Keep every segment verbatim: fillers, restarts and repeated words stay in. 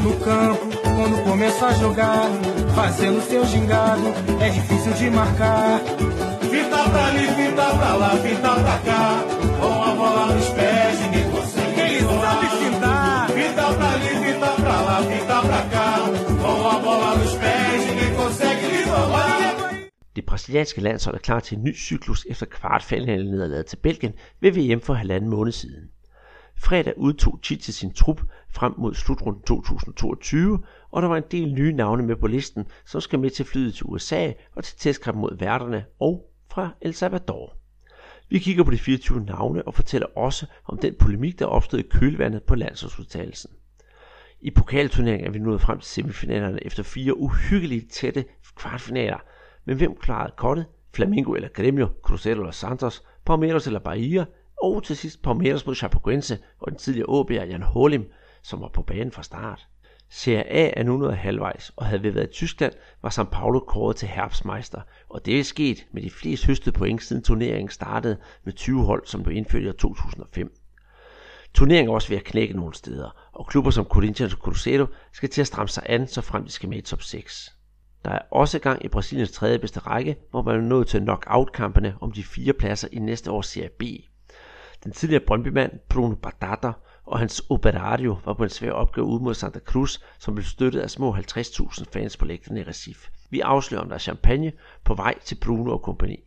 no campo, quando começa a jogar, fazendo seu gingado, é difícil de marcar. Fita pra ali, fita pra lá, fita pra cá, com a bola nos pés, ninguém consegue. Ele sabe fintar. Fita pra ali, fita pra lá, fita pra cá, com a bola nos pés, ninguém consegue lhe roubar. Det brasilianske landshold er klar til en ny cyklus efter kvartfinale-nederlaget til Belgien ved V M for halvanden måned siden. Fredag udtog Tite sin trup frem mod slutrunden to tusind og toogtyve, og der var en del nye navne med på listen, som skal med til flyet til U S A og til testkamp mod værterne og fra El Salvador. Vi kigger på de fireogtyve navne og fortæller også om den polemik, der opstod i kølvandet på landsholdsudtagelsen. I pokalturneringen er vi nået frem til semifinalerne efter fire uhyggeligt tætte kvartfinaler, men hvem klarede kottet? Flamengo eller Grêmio, Cruzeiro eller Santos, Palmeiras eller Bahia, og til sidst Palmeiras mod Chapecoense og den tidligere O B'er Jan Holim, som var på banen fra start. Serie A er nu nået halvvejs, og havde vi været i Tyskland, var São Paulo kåret til Herbstmeister, og det er sket med de flest høstede point siden turneringen startede med tyve hold, som blev indført i to tusind og fem. Turneringen er også ved at knække nogle steder, og klubber som Corinthians og Cruzeiro skal til at stramme sig an, så frem de skal med i top seks. Der er også gang i Brasiliens tredje bedste række, hvor man er nået til knockout-kampene om de fire pladser i næste års Serie B. Den tidligere Brøndby-mand Bruno Batata og hans Operário var på en svær opgave ude mod Santa Cruz, som blev støttet af små halvtreds tusind fans på lægterne i Recife. Vi afslører, om der er champagne på vej til Bruno og kompagni.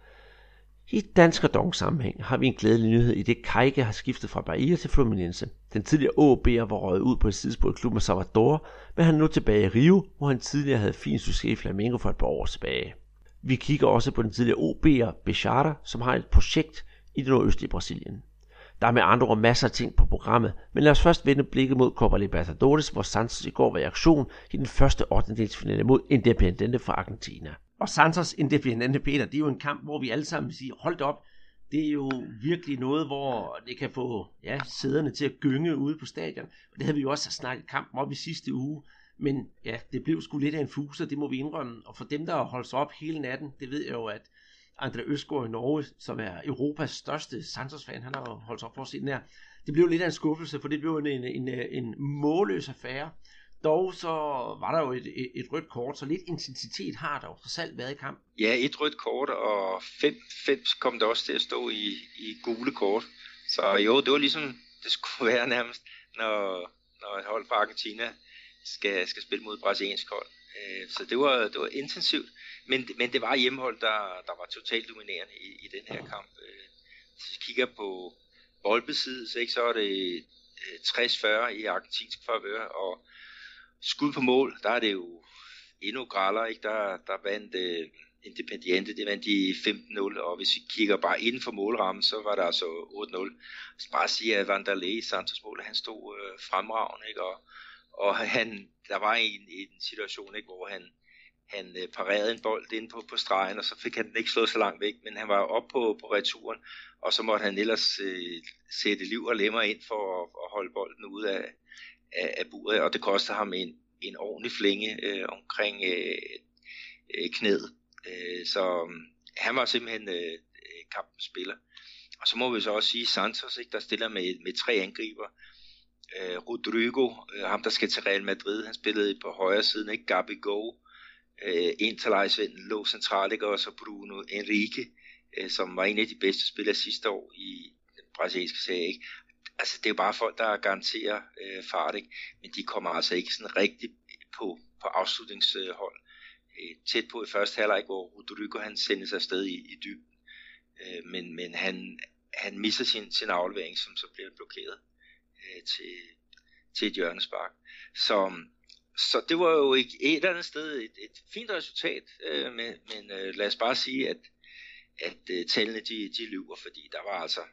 I dansk og dong sammenhæng har vi en glædelig nyhed, i det Kajke har skiftet fra Bahia til Fluminense. Den tidligere O B'er var røget ud på et sidespor i klubben Salvador, men han er nu tilbage i Rio, hvor han tidligere havde fin succes i Flamengo for et par år tilbage. Vi kigger også på den tidligere O B'er Bechara, som har et projekt i det nordøstlige Brasilien. Der er med andre ord masser af ting på programmet, men lad os først vende blikket mod Copa Libertadores, hvor Santos i går var i aktion i den første ottendedelsfinale mod Independiente fra Argentina. Og Santos Independiente, Peter, det er jo en kamp, hvor vi alle sammen vil sige, hold op, det er jo virkelig noget, hvor det kan få ja, sæderne til at gynge ude på stadion. Og det havde vi jo også snakket kampen op i sidste uge, men ja, det blev sgu lidt af en fuser, det må vi indrømme. Og for dem, der har holdt sig op hele natten, det ved jeg jo, at André Østgaard i Norge, som er Europas største Santos-fan, han har holdt sig op for at se den her. Det blev lidt af en skuffelse, for det blev en, en, en, en målløs affære. Dog så var der jo et, et, et rødt kort, så lidt intensitet har der jo trods alt været i kamp. Ja, et rødt kort, og fem, fem kom der også til at stå i, i gule kort. Så jo, det var ligesom det skulle være nærmest, når, når et hold fra Argentina skal, skal spille mod et brasiliansk hold. Så det var, det var intensivt, men, men det var hjemmehold, der, der var totalt dominerende i, i den her kamp. Hvis vi kigger på boldbesiddelse, ikke, så er det tres fyrre i argentinsk favør, og skud på mål, der er det jo endnu grallere, ikke? Der, der vandt uh, Independiente, det vandt de femten nul, og hvis vi kigger bare inden for målrammen, så var der altså otte nul. Så bare sige, at Vanderlei i Santos mål, han stod uh, fremragende, ikke? Og, og han, der var en, en situation, ikke, hvor han, han uh, parerede en bold ind på, på stregen, og så fik han den ikke slået så langt væk, men han var oppe på, på returen, og så måtte han ellers uh, sætte liv og lemmer ind for at, at holde bolden ude af Af, af buret, og det kostede ham en, en ordentlig flænge øh, omkring øh, øh, knæet. Øh, så øh, han var simpelthen øh, kampens spiller. Og så må vi så også sige Santos, ikke, der stiller med, med tre angriber. Øh, Rodrigo, øh, ham der skal til Real Madrid, han spillede på højre siden, ikke? Gabigol, øh, Interlejsvind lå centralt, ikke? Og så Bruno Henrique, øh, som var en af de bedste spillere sidste år i den brasilianske serie, ikke? Altså, det er jo bare folk, der garanterer øh, fart, ikke? Men de kommer altså ikke sådan rigtig på, på afslutningshold. Øh, tæt på i første halvleg, hvor Rodrigo han sendes afsted i, i dybden. Øh, men men han, han misser sin, sin aflevering, som så bliver blokeret øh, til, til et hjørnespark. Så, så det var jo ikke et eller andet sted et, et fint resultat, øh, men, men øh, lad os bare sige, at, at øh, tallene de, de lyver, fordi der var altså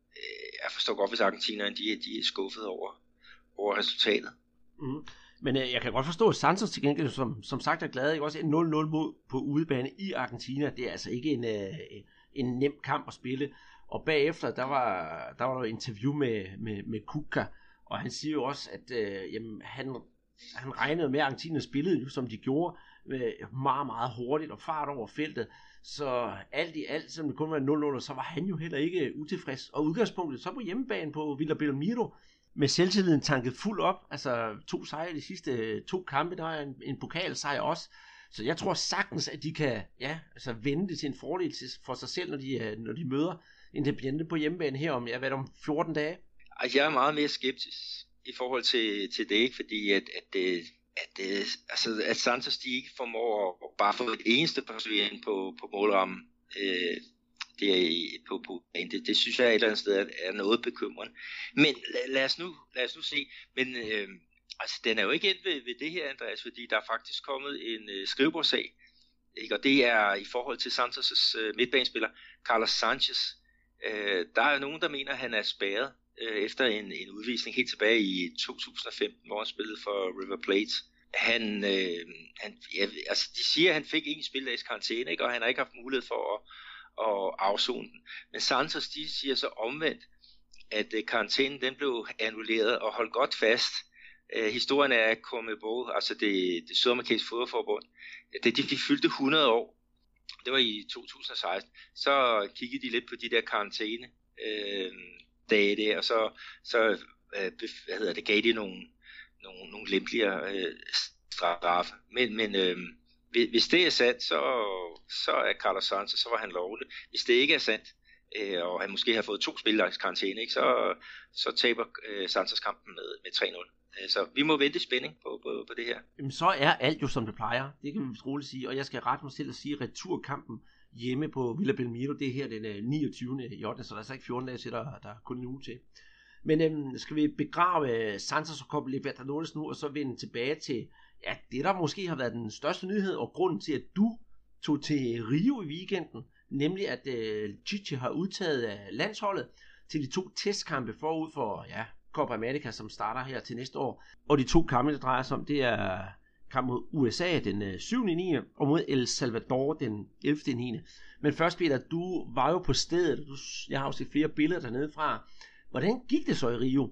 jeg forstår godt, hvis argentinerne de, de er skuffet over, over resultatet. Mm. Men øh, jeg kan godt forstå, at Santos til gengæld, som, som sagt er glad, ikke? Også en nul nul mod på udebane i Argentina. Det er altså ikke en, øh, en nem kamp at spille. Og bagefter, der var der var der et interview med, med, med Kuka, og han siger jo også, at øh, jamen, han, han regnede med, at Argentina spillede jo, som de gjorde, med meget, meget hurtigt og fart over feltet. Så alt i alt, selvom det kun var nul nul, så var han jo heller ikke utilfreds. Og udgangspunktet så på hjemmebane på Villa Belmiro, med selvtilliden tanket fuld op. Altså to sejre de sidste to kampe, der er en, en pokalsejr også. Så jeg tror sagtens, at de kan ja, altså vende det til en fordel for sig selv, når de, når de møder Independiente på hjemmebane her om, ja, hvad, om fjorten dage. Jeg er meget mere skeptisk i forhold til, til det, ikke? Fordi at, at, at, at, altså, at Santos de ikke formår at bare få et eneste passering på, på målrammen. Øh, det, er på, på, det, det synes jeg et eller andet sted er, er noget bekymrende. Men lad, lad, os, nu, lad os nu se. Men øh, altså, den er jo ikke endt ved, ved det her, Andreas, fordi der er faktisk kommet en øh, skrivebordssag. Ikke? Og det er i forhold til Santos' øh, midtbanespiller, Carlos Sanchez. Øh, der er nogen, der mener, at han er spærret øh, efter en, en udvisning helt tilbage i to tusind og femten, hvor han spillede for River Plate. Han, øh, han, ja, altså, de siger, at han fik en spildags karantæne, ikke? Og han har ikke haft mulighed for at, at afzone den. Men Santos, de siger så omvendt, at øh, karantænen den blev annulleret og holdt godt fast. Øh, historien er CONMEBOL, altså det, det sydamerikanske fodboldforbund. Det, de fik fyldte hundrede år. Det var i to tusind og seksten. Så kiggede de lidt på de der karantæne øh, dage der, og så, så øh, hvad hedder det, gav de nogle, nogle, nogle lempeligere øh, straffe. Men, men øh, hvis det er sandt, så, så er Carlos Sanchez, så var han lovlig. Hvis det ikke er sandt, øh, og han måske har fået to spilledags karantæne, ikke, så, så taber øh, Sanchez kampen med, med tre nul. Så vi må vente spænding på, på, på det her. Jamen så er alt jo som det plejer. Det kan vi vist roligt sige. Og jeg skal rette mig selv at sige, returkampen hjemme på Villa Belmiro, det er her den niogtyvende i ottende Så der er så ikke fjorten dage til, der, der er kun en uge til. Men øhm, skal vi begrave Santos og Copa Libertadores nu, og så vende tilbage til ja, det, der måske har været den største nyhed, og grunden til, at du tog til Rio i weekenden, nemlig at øh, Chiche har udtaget af landsholdet til de to testkampe forud for ja, Copa America, som starter her til næste år. Og de to kampe, der drejer sig om, det er kamp mod U S A den syvende niende og mod El Salvador den ellevte niende Men først, Peter, du var jo på stedet. Du, jeg har jo set flere billeder dernede fra. Hvordan gik det så i Rio?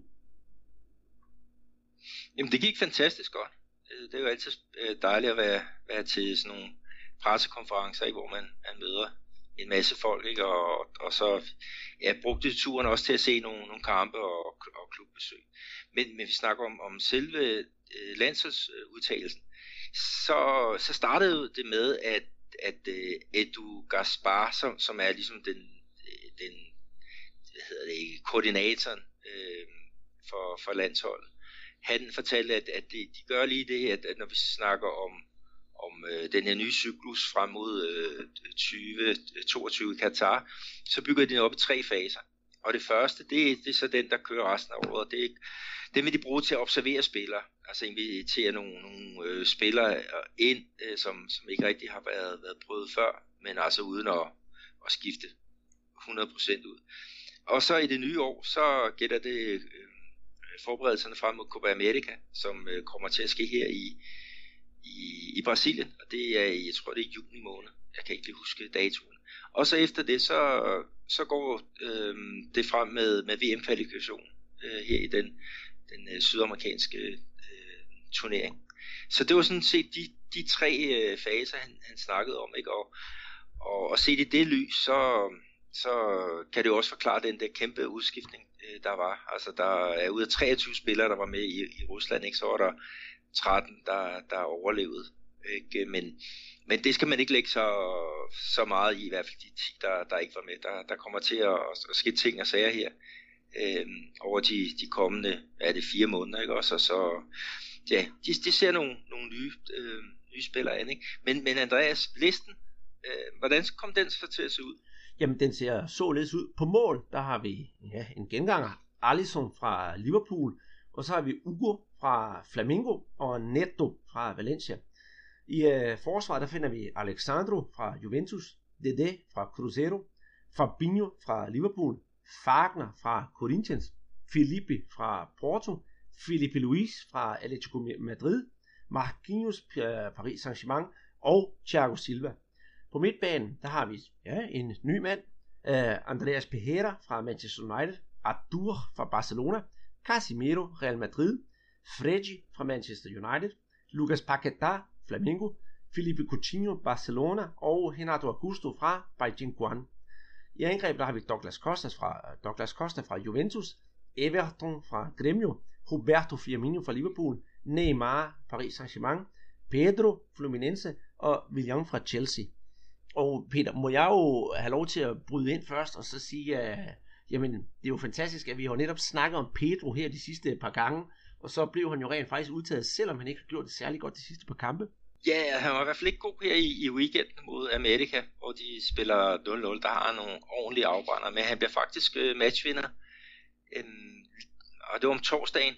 Jamen, det gik fantastisk godt. Det er jo altid dejligt at være, være til sådan nogle pressekonferencer, ikke, hvor man, man møder en masse folk, ikke? Og, og så ja, brugte turen også til at se nogle, nogle kampe og, og klubbesøg. Men, men vi snakker om, om selve øh, landsholdsudtagelsen. Så, så startede det med, at, at øh, Edu Gaspar, som, som er ligesom den, den hvad hedder det, koordinatoren øh, for, for landsholdet, han fortalte, at, at de, de gør lige det her, at når vi snakker om om øh, den her nye cyklus frem mod øh, tyve toogtyve i Katar, så bygger de den op i tre faser. Og det første, det, det er så den, der kører resten af året. Det, det vil de bruge til at observere spillere, altså invitere nogle, nogle øh, spillere ind, øh, som, som ikke rigtig har været, været prøvet før, men altså uden at, at skifte hundrede procent ud. Og så i det nye år, så gælder det øh, forberedelserne frem mod Copa America, som øh, kommer til at ske her i I, i Brasilien, og det er, jeg tror det er juni måned, jeg kan ikke lige huske datoen. Og så efter det, så, så går øh, det frem med, med V M-kvalifikation øh, her i den, den øh, sydamerikanske øh, turnering. Så det var sådan set de, de tre øh, faser, han, han snakkede om, ikke? Og, og, og set i det lys, så, så kan det jo også forklare den der kæmpe udskiftning, øh, der var. Altså der er ud af treogtyve spillere, der var med i, i Rusland, ikke? Så var der tretten, der, der overlevede. Ikke? Men, men det skal man ikke lægge så, så meget i, i hvert fald de ti, der, der ikke var med. Der, der kommer til at, at ske ting og sager her øh, over de, de kommende, er det fire måneder, ikke også? Og så, ja, de, de ser nogle, nogle nye, øh, nye spillere an, ikke? Men, men Andreas, listen, øh, hvordan kom den så til at se ud? Jamen, den ser således ud. På mål, der har vi ja, en genganger, Alisson fra Liverpool, og så har vi Hugo fra Flamengo og Neto fra Valencia. I øh, forsvaret der finder vi Alexandro fra Juventus, Dede fra Cruzeiro, Fabinho fra Liverpool, Fagner fra Corinthians, Felipe fra Porto, Felipe Luis fra Atletico Madrid, Marquinhos fra Paris Saint-Germain og Thiago Silva. På midtbanen der har vi ja, en ny mand, øh, Andreas Pereira fra Manchester United, Artur fra Barcelona, Casemiro, Real Madrid, Fregi fra Manchester United, Lucas Paquetá, Flamengo, Felipe Coutinho, Barcelona og Renato Augusto fra Beijing Guan. I angreb der har vi Douglas Costa fra, Douglas Costa fra Juventus, Everton fra Grêmio, Roberto Firmino fra Liverpool, Neymar, Paris Saint-Germain, Pedro, Fluminense og Willian fra Chelsea. Og Peter, må jeg jo have lov til at bryde ind først og så sige, at jamen, det er jo fantastisk, at vi har netop snakket om Pedro her de sidste par gange, og så blev han jo rent faktisk udtaget, selvom han ikke har gjort det særlig godt de sidste par kampe. Ja, han var i hvert fald ikke god her i, i weekenden mod Amerika, hvor de spiller nul nul. Der har han nogle ordentlige afbrænder, men han bliver faktisk øh, matchvinder. Øhm, og det var om torsdagen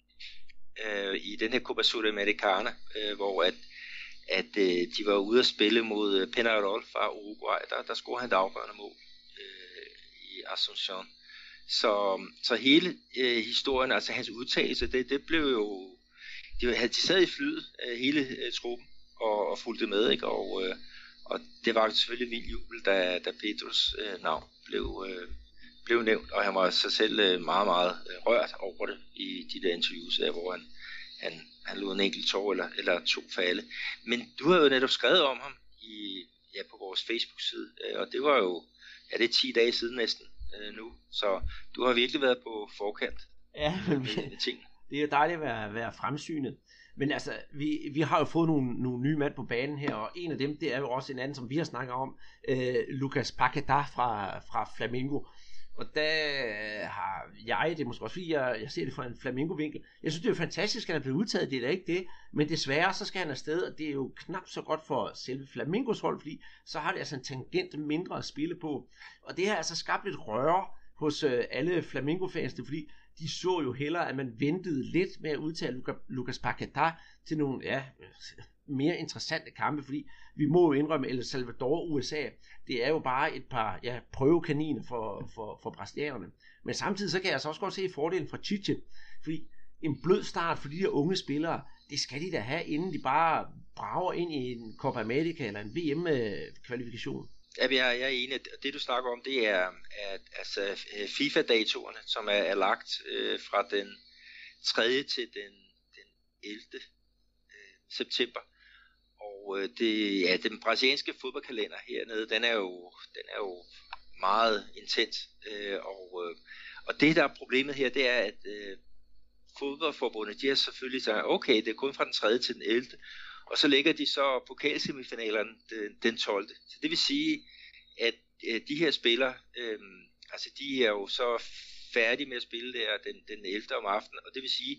øh, i den her Copa Sudamericana, øh, hvor at, at øh, de var ude at spille mod Peñarol fra Uruguay. Der, der scorede han et afgørende mål øh, i Asunción. Så, så hele øh, historien, altså hans udtalelse, det, det blev jo... De, de sad i flyet, øh, hele øh, truppen, og, og fulgte med, ikke? Og, øh, og det var selvfølgelig vild jubel, da, da Pedros øh, navn blev, øh, blev nævnt, og han var sig selv øh, meget, meget øh, rørt over det i de der interviews, der, hvor han, han, han lod en enkelt tår eller, eller to falde. Men du har jo netop skrevet om ham i, ja, på vores Facebook-side, øh, og det var jo, ja, det er ti dage siden næsten øh, nu, så du har virkelig været på forkant ja, men, med, med tingene. Det er jo dejligt at være, være fremsynet. Men altså, vi, vi har jo fået nogle, nogle nye mand på banen her, og en af dem, det er jo også en anden, som vi har snakket om, øh, Lucas Paquetá fra, fra Flamengo. Og der har jeg, det er måske også fordi, jeg, jeg ser det fra en Flamengo-vinkel, jeg synes, det er jo fantastisk, at han er blevet udtaget, det er da ikke det, men desværre, så skal han afsted, og det er jo knap så godt for selve Flamengos hold, fordi så har det altså en tangent mindre at spille på. Og det har altså skabt lidt røre hos øh, alle Flamengo-fansene, fordi de så jo hellere, at man ventede lidt med at udtage Lucas Paquetá til nogle ja, mere interessante kampe, fordi vi må jo indrømme, El Salvador U S A, det er jo bare et par ja, prøvekaniner for, for, for brasilianerne. Men samtidig så kan jeg altså også godt se fordelen fra Chiche, fordi en blød start for de der unge spillere, det skal de da have, inden de bare brager ind i en Copa America eller en V M-kvalifikation. Ja, jeg er enig. Det du snakker om, det er at, altså FIFA-datoerne, som er, er lagt øh, fra den tredje til den, den ellevte Øh, september. Og øh, det, ja, den brasilianske fodboldkalender hernede, den er jo, den er jo meget intens. Øh, og, øh, og det, der er problemet her, det er, at øh, fodboldforbundet, de har selvfølgelig sagt, okay, det er kun fra den tredje til den ellevte Og så lægger de så pokalsemifinalerne den, den tolvte Så det vil sige, at øh, de her spillere, øh, altså de er jo så færdige med at spille der den, den ellevte om aftenen, og det vil sige,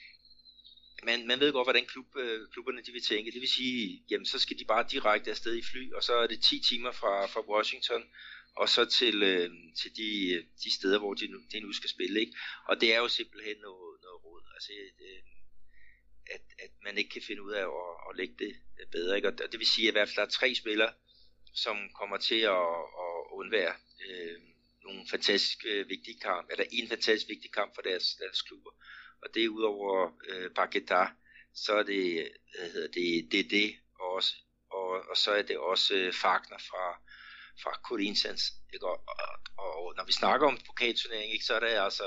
man, man ved godt, hvordan klub, øh, klubberne de vil tænke. Det vil sige, jamen så skal de bare direkte afsted i fly, og så er det ti timer fra, fra Washington, og så til, øh, til de, de steder, hvor de nu, de nu skal spille, ikke? Og det er jo simpelthen noget, noget råd. Altså, øh, At, at man ikke kan finde ud af at, at lægge det bedre, ikke? Og det vil sige, at i hvert fald der er tre spillere, som kommer til at, at undvære øh, nogle fantastisk øh, vigtige kampe, eller en fantastisk vigtig kamp for deres, deres klubber. Og det er udover øh, Paquetá, så er det, hvad hedder det, det, det også, og, og så er det også øh, Fagner fra, fra Corinthians, ikke? Og, og, og når vi snakker om pokalturnering, ikke, så er det altså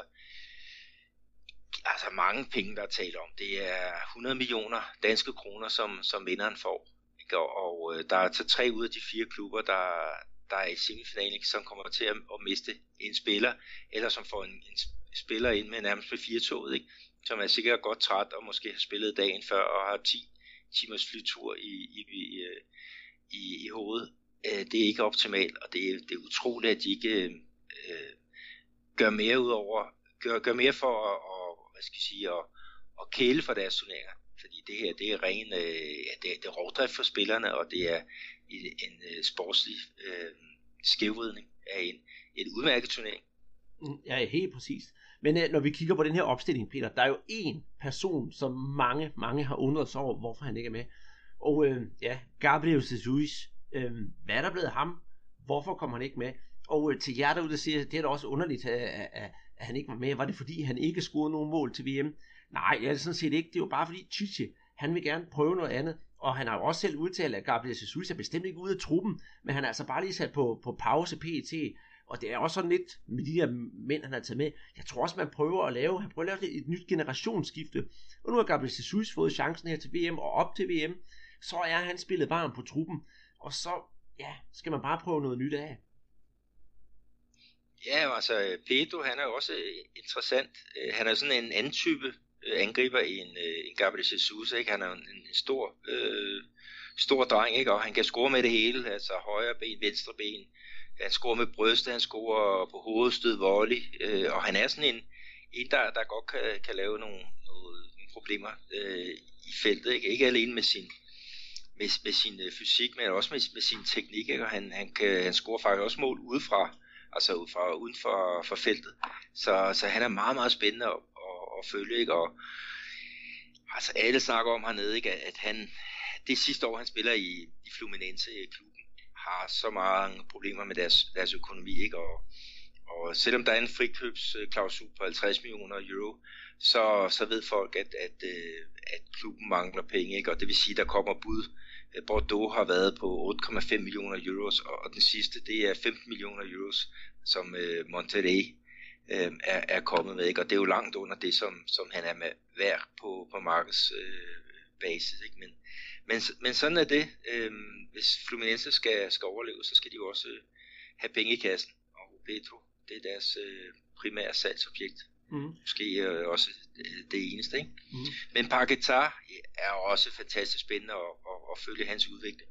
Altså mange penge, der er talt om. Det er hundrede millioner danske kroner, som, som vinderen får. Ikke? Og, og der er så tre ud af de fire klubber, der, der er i semifinalen, ikke? Som kommer til at, at miste en spiller, eller som får en, en spiller ind med nærmest med fire-toget, ikke? Som er sikkert godt træt, og måske har spillet dagen før, og har ti timers flytur i, i, i, i, i hovedet. Det er ikke optimalt, og det er, det er utroligt, at de ikke øh, gør mere ud over, gør, gør mere for at, hvad skal jeg sige, at, at kæle for deres turneringer. Fordi det her, det er ren, øh, det, det er rovdrift for spillerne, og det er en, en uh, sportslig øh, skævvridning af en, en udmærket turnering. Ja, helt præcist. Men øh, når vi kigger på den her opstilling, Peter, der er jo en person, som mange, mange har undret sig over, hvorfor han ikke er med. Og øh, ja, Gabriel Jesus, øh, hvad er der blevet ham? Hvorfor kommer han ikke med? Og øh, til jer derude, der siger, det er da også underligt, at, at, at han ikke var med. Var det fordi, han ikke scorede nogen mål til V M? Nej, det er sådan set ikke. Det er jo bare fordi Chiche, han vil gerne prøve noget andet. Og han har jo også selv udtalt, at Gabriel Jesus er bestemt ikke ude af truppen, men han er altså bare lige sat på, på pause P E T. Og det er også sådan lidt med de her mænd, han har taget med. Jeg tror også, man prøver at lave, han prøver at lave et nyt generationsskifte. Og nu har Gabriel Jesus fået chancen her til V M og op til V M. Så er han spillet varm på truppen. Og så ja, skal man bare prøve noget nyt af. Ja, altså Pedro, han er jo også interessant. Han er sådan en anden type angriber end, end Gabriel Jesus, ikke? Han er en, en stor, øh, stor dreng, ikke? Og han kan score med det hele, altså højre ben, venstre ben. Han scorer med brystet, han scorer på hovedstød, volley, øh, og han er sådan en, en der, der godt kan, kan lave nogle, nogle problemer øh, i feltet, ikke? Ikke alene med sin, med, med sin fysik, men også med, med sin teknik, ikke? Og han, han, kan, han scorer faktisk også mål udefra, altså ud fra, uden for, for feltet. Så, så han er meget, meget spændende at, at, at følge, ikke? Og altså alle snakker om hernede, ikke? At han, det sidste år han spiller i, i Fluminense klubben, har så mange problemer med deres, deres økonomi, ikke? Og, og selvom der er en frikøbsklausul på halvtreds millioner euro, så, så ved folk, at, at, at klubben mangler penge, ikke? Og det vil sige, at der kommer bud. Bordeaux har været på otte komma fem millioner euros, og den sidste, det er femten millioner euros, som uh, Monterrey uh, er, er kommet med, ikke? Og det er jo langt under det, som, som han er med værd på, på markedsbasis, uh, ikke? Men, men, men sådan er det. Uh, hvis Fluminense skal, skal overleve, så skal de jo også uh, have penge i kassen, og Pedro, det er deres uh, primære salgsobjekt. Mm. Måske uh, også det, det eneste, ikke? Mm. Men Paquetá er også fantastisk spændende at, at, at følge hans udvikling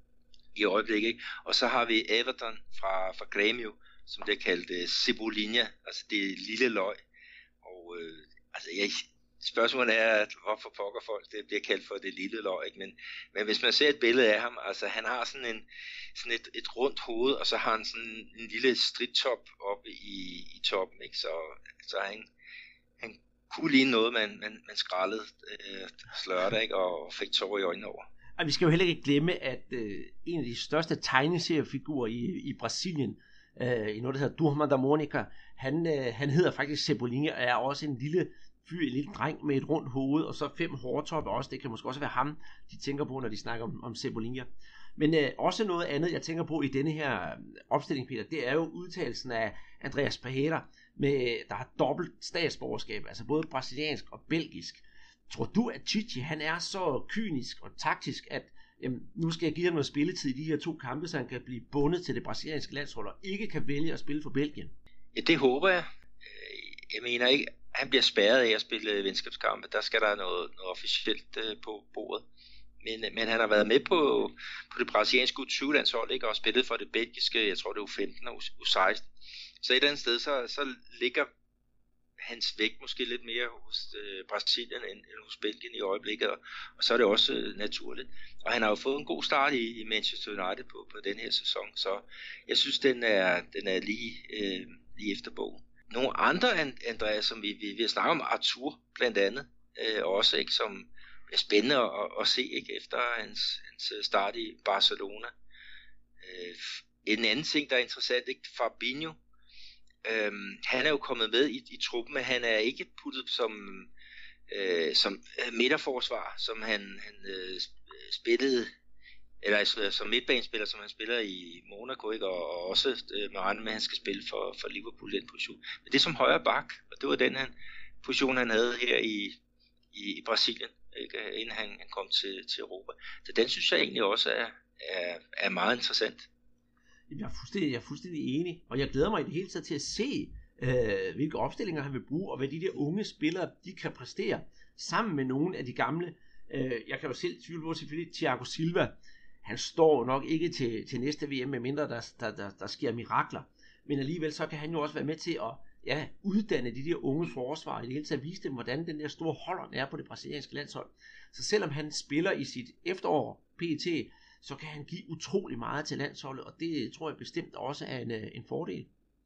i øjeblikket, ikke? Og så har vi Everton fra, fra Grêmio, som det er kaldt uh, Cebolinha, altså det lille løg. Og uh, altså, jeg, spørgsmålet er, at hvorfor pokker folk det bliver kaldt for det lille løg, ikke? Men, men hvis man ser et billede af ham, altså han har sådan en sådan et, et rundt hoved, og så har han sådan en lille stridtop oppe i, i toppen, ikke? Så, så han, han kunne ligne noget, man, man, man skrællede øh, slørte, ikke? Og fik tårer i øjnene over. Og vi skal jo heller ikke glemme, at øh, en af de største tegneseriefigurer i, i Brasilien, øh, i noget der hedder Turma da Mônica, han, øh, han hedder faktisk Cebolinha, og er også en lille fyr, en lille dreng med et rundt hoved, og så fem hårtoppe også. Det kan måske også være ham, de tænker på, når de snakker om, om Cebolinha. Men øh, også noget andet, jeg tænker på i denne her opstilling, Peter, det er jo udtalelsen af Andreas Pereira, med, der har dobbelt statsborgerskab, altså både brasiliansk og belgisk. Tror du, at Tite, han er så kynisk og taktisk, at jamen, nu skal jeg give ham noget spilletid i de her to kampe, så han kan blive bundet til det brasilianske landshold, og ikke kan vælge at spille for Belgien? Ja, det håber jeg. Jeg mener ikke, han bliver spærret af at spille venskabskampe. Der skal der noget, noget officielt øh, på bordet. Men, men han har været med på, på det brasilianske U tyve landshold, ikke? Og spillet for det belgiske, jeg tror det er U femten og U seksten. Så et eller andet sted, så, så ligger hans vægt måske lidt mere hos øh, Brasilien end, end hos Belgien i øjeblikket. Og, og så er det også øh, naturligt. Og han har jo fået en god start i, i Manchester United på, på den her sæson. Så jeg synes, den er, den er lige, øh, lige efter bogen. Nogle andre, Andreas, som vi, vi, vi snakker om, Arthur blandt andet, øh, også, ikke, som er spændende at, at se, ikke, efter hans, hans start i Barcelona. Øh, en anden ting, der er interessant, ikke, Fabinho, øh, han er jo kommet med i, i truppen, men han er ikke puttet som, øh, som midterforsvar, som han, han øh, spillede, eller altså, som midtbanespiller, som han spiller i Monaco, ikke? Og, og også øh, med regnet med, at han skal spille for, for Liverpool den position. Men det er som højre bak, og det var den han, position, han havde her i, i, i Brasilien, ikke? Inden han, han kom til, til Europa. Så den synes jeg egentlig også er, er, er meget interessant. Jeg er, fuldstændig, jeg er fuldstændig enig, og jeg glæder mig i det hele taget til at se, øh, hvilke opstillinger han vil bruge, og hvad de der unge spillere, de kan præstere, sammen med nogle af de gamle. Øh, jeg kan jo selv tvivle på selvfølgelig Thiago Silva. Han står nok ikke til, til næste V M, medmindre der, der, der, der sker mirakler. Men alligevel så kan han jo også være med til at ja, uddanne de der unge forsvar, i det hele taget vise dem, hvordan den der store holderen er på det brasilianske landshold. Så selvom han spiller i sit efterår, P E T, så kan han give utrolig meget til landsholdet, og det tror jeg bestemt også er en, en fordel.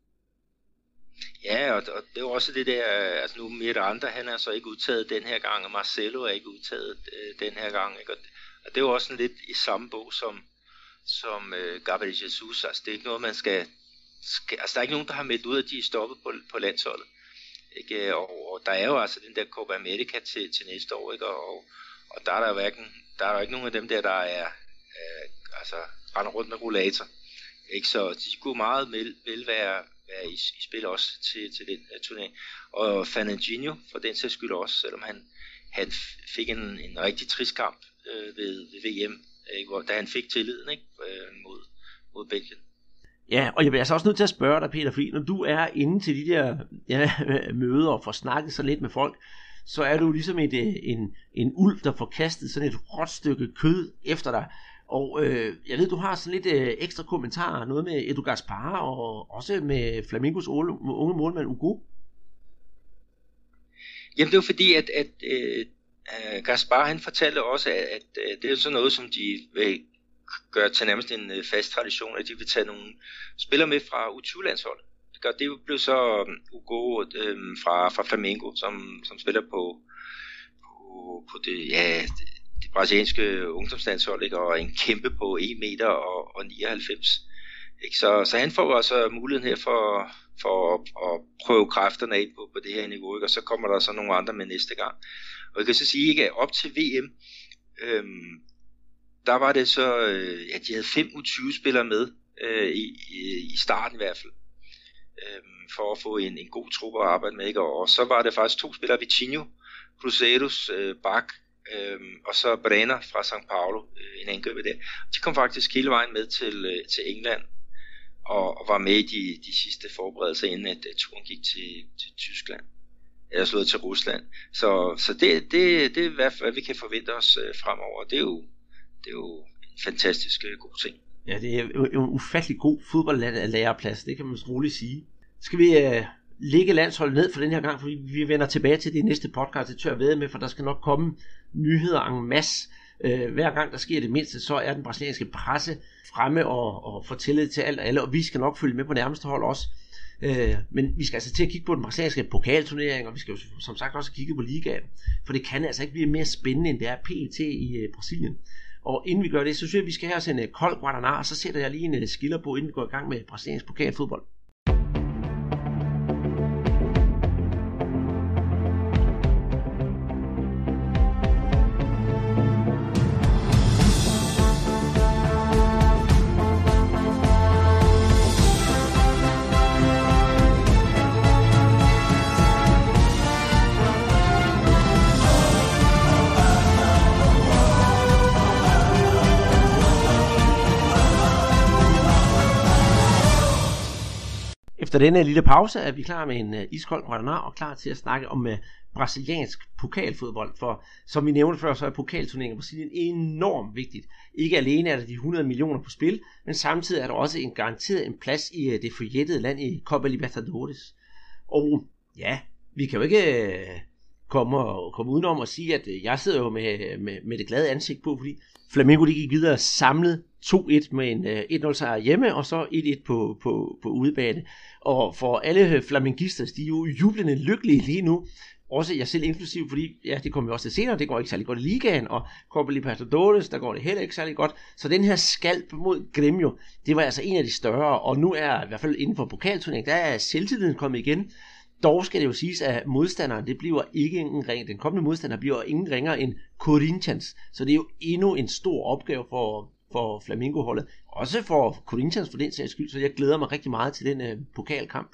Ja, og, og det er jo også det der, altså nu Miranda, han er så ikke udtaget den her gang, og Marcelo er ikke udtaget øh, den her gang, ikke? Og, og det er jo også sådan lidt i samme bog som, som øh, Gabriel Jesus, altså det er ikke noget, man skal, skal, altså der er ikke nogen, der har meldt ud, at de er stoppet på, på landsholdet, ikke? Og, og der er jo altså den der Copa America til, til næste år, ikke? Og, og der er der jo hverken, der er jo ikke nogen af dem der, der er, øh, altså render rundt med rollator, ikke? Så de kunne meget vel, vel være være i, i spil også til, til den uh, turnering. Og Fernandinho for den sags skyld også, selvom han, han fik en, en rigtig trist kamp øh, ved, ved V M, ikke, hvor, da han fik tilliden, ikke, øh, mod, mod Belgien. Ja, og jeg bliver altså også nødt til at spørge dig, Peter, fordi når du er inde til de der ja, møder og får snakket så lidt med folk, så er du ligesom et, en, en ulv, der får kastet sådan et råt stykke kød efter dig. Og øh, jeg ved, du har sådan lidt øh, ekstra kommentarer, noget med Edu Gaspar og også med Flamingos unge målmand Hugo. Jamen det var fordi, at, at øh, Gaspar han fortalte også, at, at, at det er sådan noget, som de vil gøre til nærmest en øh, fast tradition, at de vil tage nogle spillere med fra U tyve-landsholdet. Det, det blev så Hugo øh, fra, fra Flamengo, som, som spiller på, på, på det, ja, det, det brasilianske ungdomslandshold, ikke? Og en kæmpe på en meter og, og nioghalvfems. Ikke? Så, så han får altså muligheden her for, for at, at prøve kræfterne af på, på det her niveau, ikke? Og så kommer der så nogle andre med næste gang. Og jeg kan så sige, at op til V M, øhm, der var det så, øh, ja, de havde fem U tyve-spillere med, øh, i, i, i starten i hvert fald, øh, for at få en, en god truppe at arbejde med, ikke? Og, og så var det faktisk to spillere, Vitinho, Cruzeiros, øh, Bak, øh, og så Brenner fra São Paulo, øh, en angriber der. De kom faktisk hele vejen med til, øh, til England, og, og var med i de, de sidste forberedelser, inden at, at turen gik til, til Tyskland. Eller slået til Rusland. Så, så det, det, det er hvad vi kan forvente os øh, fremover. Det er jo, det er jo en fantastisk øh, god ting. Ja, det er jo en ufattelig god fodboldlæreplads, det kan man roligt sige. Skal vi øh, lægge landsholdet ned for den her gang, for vi vender tilbage til det næste podcast, det tør jeg vædde med, for der skal nok komme nyheder en masse. Øh, hver gang der sker det mindste, så er den brasilianske presse fremme og, og fortælle det til alt og alle, og vi skal nok følge med på nærmeste hold også. Øh, men vi skal altså til at kigge på den brasilianske pokalturnering, og vi skal jo som sagt også kigge på ligaen, for det kan altså ikke blive mere spændende, end det er P E T i øh, Brasilien. Og inden vi gør det, så synes jeg, at vi skal have os en uh, kold Guaraná, og så sætter jeg lige en uh, skiller på, inden vi går i gang med brasiliansk pokalfodbold. Efter denne lille pause er vi klar med en uh, iskold Guaraná og klar til at snakke om uh, brasiliansk pokalfodbold. For som vi nævnte før, så er pokalturneringen i Brasilien enormt vigtigt. Ikke alene er der de hundrede millioner på spil, men samtidig er der også en garanteret en plads i uh, det forjættede land i Copa Libertadores. Og ja, vi kan jo ikke uh, komme, og, komme udenom at sige, at uh, jeg sidder jo med, med, med det glade ansigt på, fordi Flamengo de gik videre samlet to et med en uh, et nul sejr hjemme, og så et et på, på, på udebane. Og for alle flamengistas, de er jo jublende lykkelige lige nu. Også jeg selv inklusiv, fordi ja, det kommer vi også til senere, det går ikke særlig godt i ligaen, og Copa Libertadores, der går det heller ikke særlig godt. Så den her skalp mod Grêmio, det var altså en af de større, og nu er i hvert fald inden for pokalturneringen, der er selvtilliden kommet igen. Dog skal det jo siges, at modstanderen, det bliver ikke en ring. Den kommende modstander bliver ingen ringere end Corinthians, så det er jo endnu en stor opgave for for Flamengo-holdet, også for Corinthians for den sags skyld, så jeg glæder mig rigtig meget til den øh, pokalkamp.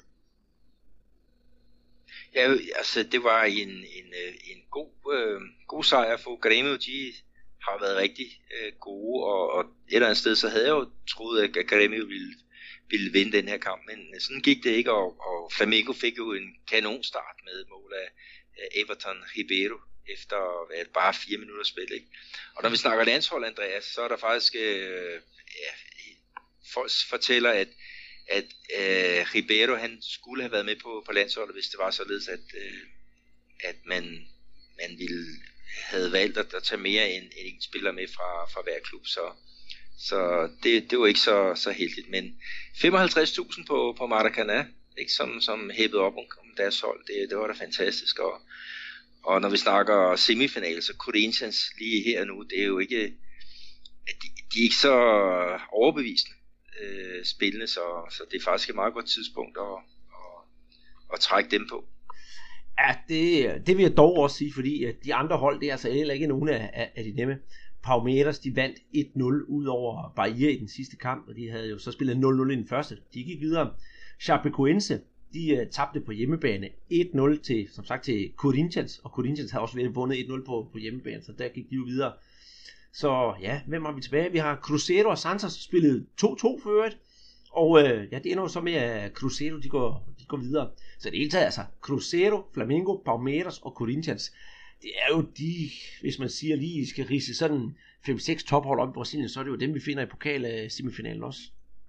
Ja, altså det var en, en, en god, øh, god sejr for Grêmio. De har været rigtig øh, gode, og, og et eller andet sted, så havde jeg jo troet, at Grêmio ville, ville vinde den her kamp, men sådan gik det ikke, og, og Flamengo fik jo en kanonstart med mål af øh, Everton Ribeiro, efter hvad, bare fire minutter spil, ikke? Og når vi snakker landshold, Andreas, så er der faktisk øh, ja, folk fortæller, at, at øh, Ribeiro, han skulle have været med på, på landsholdet, hvis det var således, at, øh, at man, man ville havde valgt at, at tage mere end, end en spiller med fra, fra hver klub, så, så det, det var ikke så, så heldigt, men femoghalvtreds tusind på, på Maracanã, ikke, som, som hæppede op om, om deres hold, det, det var da fantastisk, og Og når vi snakker semifinal, så Corinthians lige her nu, det er jo ikke, de, de er ikke så overbevisende øh, spillende, så, så det er faktisk et meget godt tidspunkt at, at, at trække dem på. Ja, det, det vil jeg dog også sige, fordi de andre hold, det er altså heller ikke nogen af, af, af de nemme. Palmeiras, de vandt et nul ud over Bahia i den sidste kamp, og de havde jo så spillet nul nul i den første. De gik videre. Chapecoense, de uh, tabte på hjemmebane et nul til, som sagt, til Corinthians, og Corinthians havde også været vundet et nul på, på hjemmebane, så der gik de jo videre. Så ja, hvem har vi tilbage? Vi har Cruzeiro og Santos spillet to to for øvrigt, Og øh, ja, det ender jo så med, at Cruzeiro de går, de går videre. Så det hele taget, altså Cruzeiro, Flamengo, Palmeiras og Corinthians, det er jo de, hvis man siger lige skal ridse sådan fem seks tophold op i Brasilien, så er det jo dem, vi finder i pokal-semifinalen også.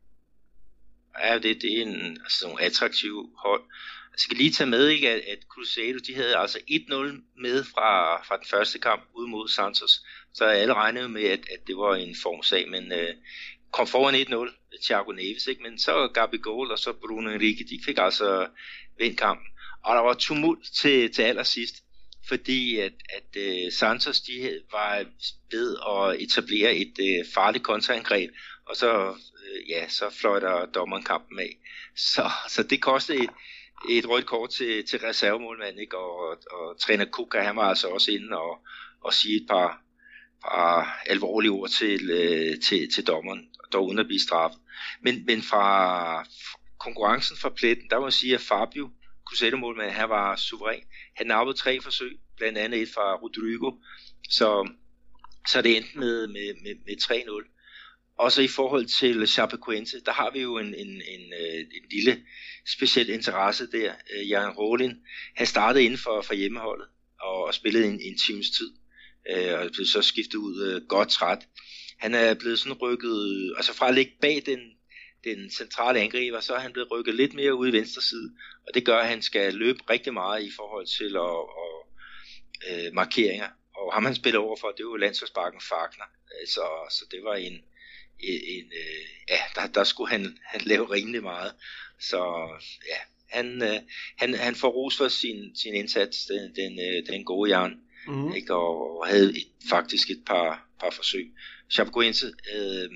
Ja, det, det er en, altså nogle attraktive hold. Jeg skal lige tage med, ikke, at, at Cruzeiro, de havde altså et nul med fra, fra den første kamp ude mod Santos. Så alle regnede med, at, at det var en formsag, men øh, kom foran et nul, Thiago Neves, ikke? Men så Gabigol og så Bruno Henrique, de fik altså vendt kampen. Og der var tumult til, til allersidst, fordi at, at uh, Santos, de var ved at etablere et uh, farligt kontraangreb, og så, uh, ja, så fløjter dommeren kampen af. Så, så det kostede et, et rødt kort til, til reservemålmanden, ikke? Og, og, og træner Kuka, han var altså også inde og, og sige et par, par alvorlige ord til, uh, til, til dommeren, dog uden at blive straffet. Men, men fra konkurrencen fra pletten, der må jeg sige, at Fabio, Cruzeiro-målmanden, han var suveræn. Han nappede tre forsøg, blandt andet et fra Rodrigo, så, så det endte med, med, med, med tre nul. Og så i forhold til Chapecoense, der har vi jo en, en, en, en lille speciel interesse der. Jan Rolin, han startede inden for, for hjemmeholdet og, og spillede en, en times tid, og blev så skiftet ud godt træt. Han er blevet sådan rykket, altså fra at ligge bag den, den centrale angriber, så er han blevet rykket lidt mere ud i venstre side, og det gør, at han skal løbe rigtig meget i forhold til at, at, øh, markeringer. Og ham han spiller overfor, det var jo landsholdsbakken Fagner, så, så det var en, en, en øh, ja, der, der skulle han, han lave rimelig meget. Så ja, han, øh, han, han får ros for sin, sin indsats, den, den, øh, den gode Jan, mm. ikke? Og havde et, faktisk et par, par forsøg. Chapecoense, øh,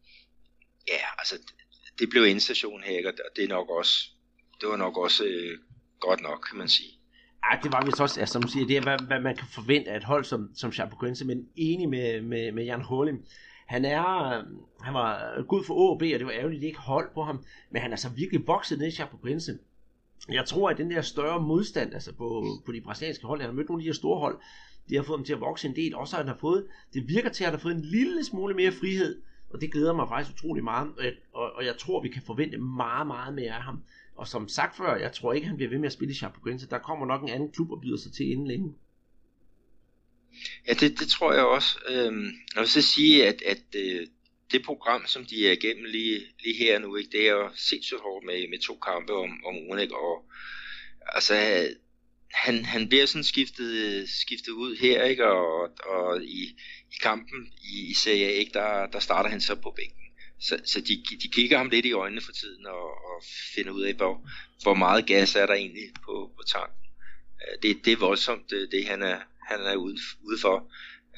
ja, altså det blev endstation her, og det er nok også, det var nok også øh, godt nok, kan man sige. Ja, det var vist også, altså, som du siger, det er, hvad, hvad man kan forvente af et hold som, som Chapecoense, men enig med, med, med Jan Holm. Han er, han var god for A og B, og det var ærgerligt, at det ikke holdt på ham, men han er så virkelig vokset ned i Chapecoense. Jeg tror, at den der større modstand, altså på, på de brasilianske hold, han har mødt nogle af de her store hold, de har fået ham til at vokse en del, også han har fået, det virker til, at han har fået en lille smule mere frihed, og det glæder mig faktisk utrolig meget, og, og jeg tror, vi kan forvente meget, meget mere af ham. Og som sagt før, jeg tror ikke, han bliver ved med at spille i Chapecoense. Der kommer nok en anden klub og byder sig til inden længe. Ja, det, det tror jeg også. Øhm, jeg vil så sige, at, at øh, det program, som de er igennem lige, lige her nu, ikke, det er jo sindssygt hårdt med, med to kampe om, om ugen, ikke? Og altså, han, han bliver sådan skiftet, skiftet ud her, ikke? Og, og i, i kampen i, i Serie A, ikke? Der, der starter han så på bænken. Så, så de, de kigger ham lidt i øjnene for tiden og, og finder ud af, hvor, hvor meget gas er der egentlig på, på tanken. Det, det er voldsomt, det, det han er, han er ude, ude for.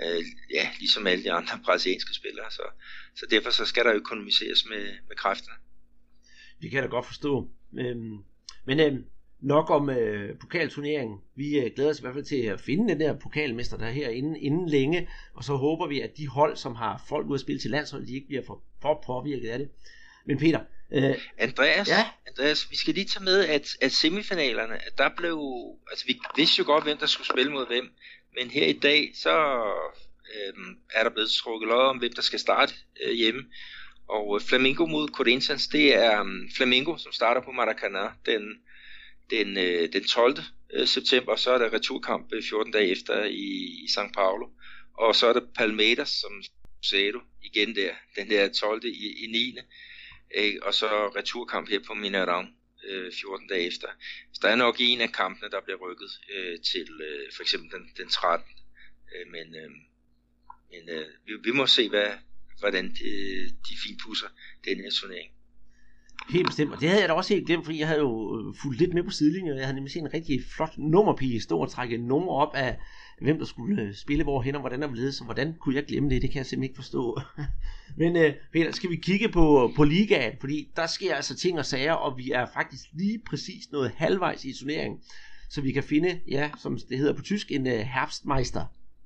Ja, ligesom alle de andre brasilianske spillere. Så, så derfor så skal der økonomiseres med, med kræfterne. Det kan jeg da godt forstå. Øhm, men øhm, nok om øh, pokalturneringen. Vi øh, glæder os i hvert fald til at finde den der pokalmester der her inden, inden længe, og så håber vi, at de hold, som har folk ude at spille til landshold, de ikke bliver for, for påvirket af det. Men Peter... Øh, Andreas, ja? Andreas, vi skal lige tage med, at, at semifinalerne, der blev... Altså, vi vidste jo godt, hvem der skulle spille mod hvem, men her i dag, så øh, er der blevet trukket lod om, hvem der skal starte øh, hjemme. Og Flamengo mod Corinthians, det er um, Flamengo, som starter på Maracanã den... Den, øh, den tolvte september, så er der returkamp fjorten dage efter i, i São Paulo, og så er der Palmeiras, som sagde du, igen der, den der tolvte i, i niende Øh, og så returkamp her på Mineirão øh, fjorten dage efter. Så der er nok en af kampene, der bliver rykket øh, til øh, for eksempel den, den trettende Øh, men øh, men øh, vi, vi må se, hvad, hvordan de, de finpudser den her turnering. Helt bestemt, og det havde jeg da også helt glemt, fordi jeg havde jo fulgt lidt med på sidelinjen, og jeg havde nemlig set en rigtig flot nummerpige stå og trække nummer op af, hvem der skulle spille hvorhen og hvordan der ville lede, så hvordan kunne jeg glemme det, det kan jeg simpelthen ikke forstå. Men uh, Peter, skal vi kigge på, på ligaen, fordi der sker altså ting og sager, og vi er faktisk lige præcis nået halvvejs i turneringen, så vi kan finde, ja, som det hedder på tysk, en uh, Herbstmeister.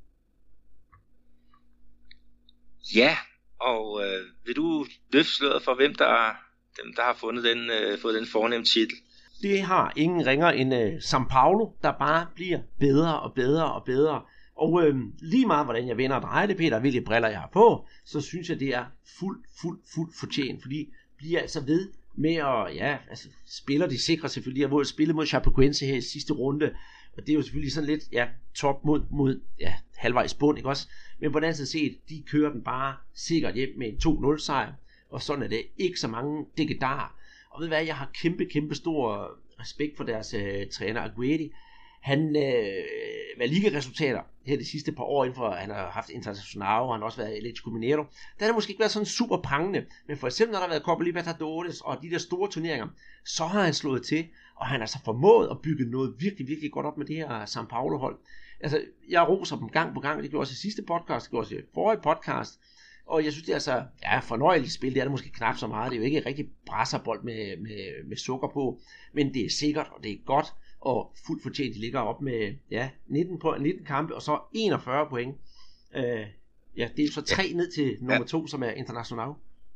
Ja, og øh, vil du løfte sløret for, hvem der dem, der har fundet den, øh, fået den fornemme titel? Det har ingen ringer end øh, São Paulo, der bare bliver bedre og bedre og bedre. Og øh, lige meget hvordan jeg vender og drejer det, Peter, hvilke briller jeg har på, så synes jeg, det er fuldt, fuldt, fuldt fortjent. Fordi bliver altså ved med at, ja, altså spiller de sikre selvfølgelig, de har spillet mod Chapecoense her i sidste runde, og det er jo selvfølgelig sådan lidt, ja, top mod, mod ja, halvvejs bund, ikke også? Men på den anden side set, de kører den bare sikkert hjem med en to nul sejr, og sådan er det ikke så mange dækkedarer. Og ved hvad, jeg har kæmpe, kæmpe stor respekt for deres øh, træner Aguirre. Han øh, var ligaresultater her de sidste par år, inden for han har haft Internacional, og han har også været Atlético Mineiro. Der har det måske ikke været sådan super prangende, men for eksempel når der har været Copa Libertadores og de der store turneringer, så har han slået til, og han har så formået at bygge noget virkelig, virkelig godt op med det her São Paulo-hold. Altså, jeg roser dem gang på gang, det gjorde også i sidste podcast, det gjorde også i forrige podcast, og jeg synes, det er altså, ja, fornøjeligt spil, det er det måske knap så meget, det er jo ikke et rigtig brasserbold med, med, med sukker på, men det er sikkert, og det er godt, og fuldt fortjent, de ligger op med, ja, nitten, på, nitten kampe, og så enogfyrre point. Øh, ja, det er så tre ned til nummer ja. to, som er Internacional.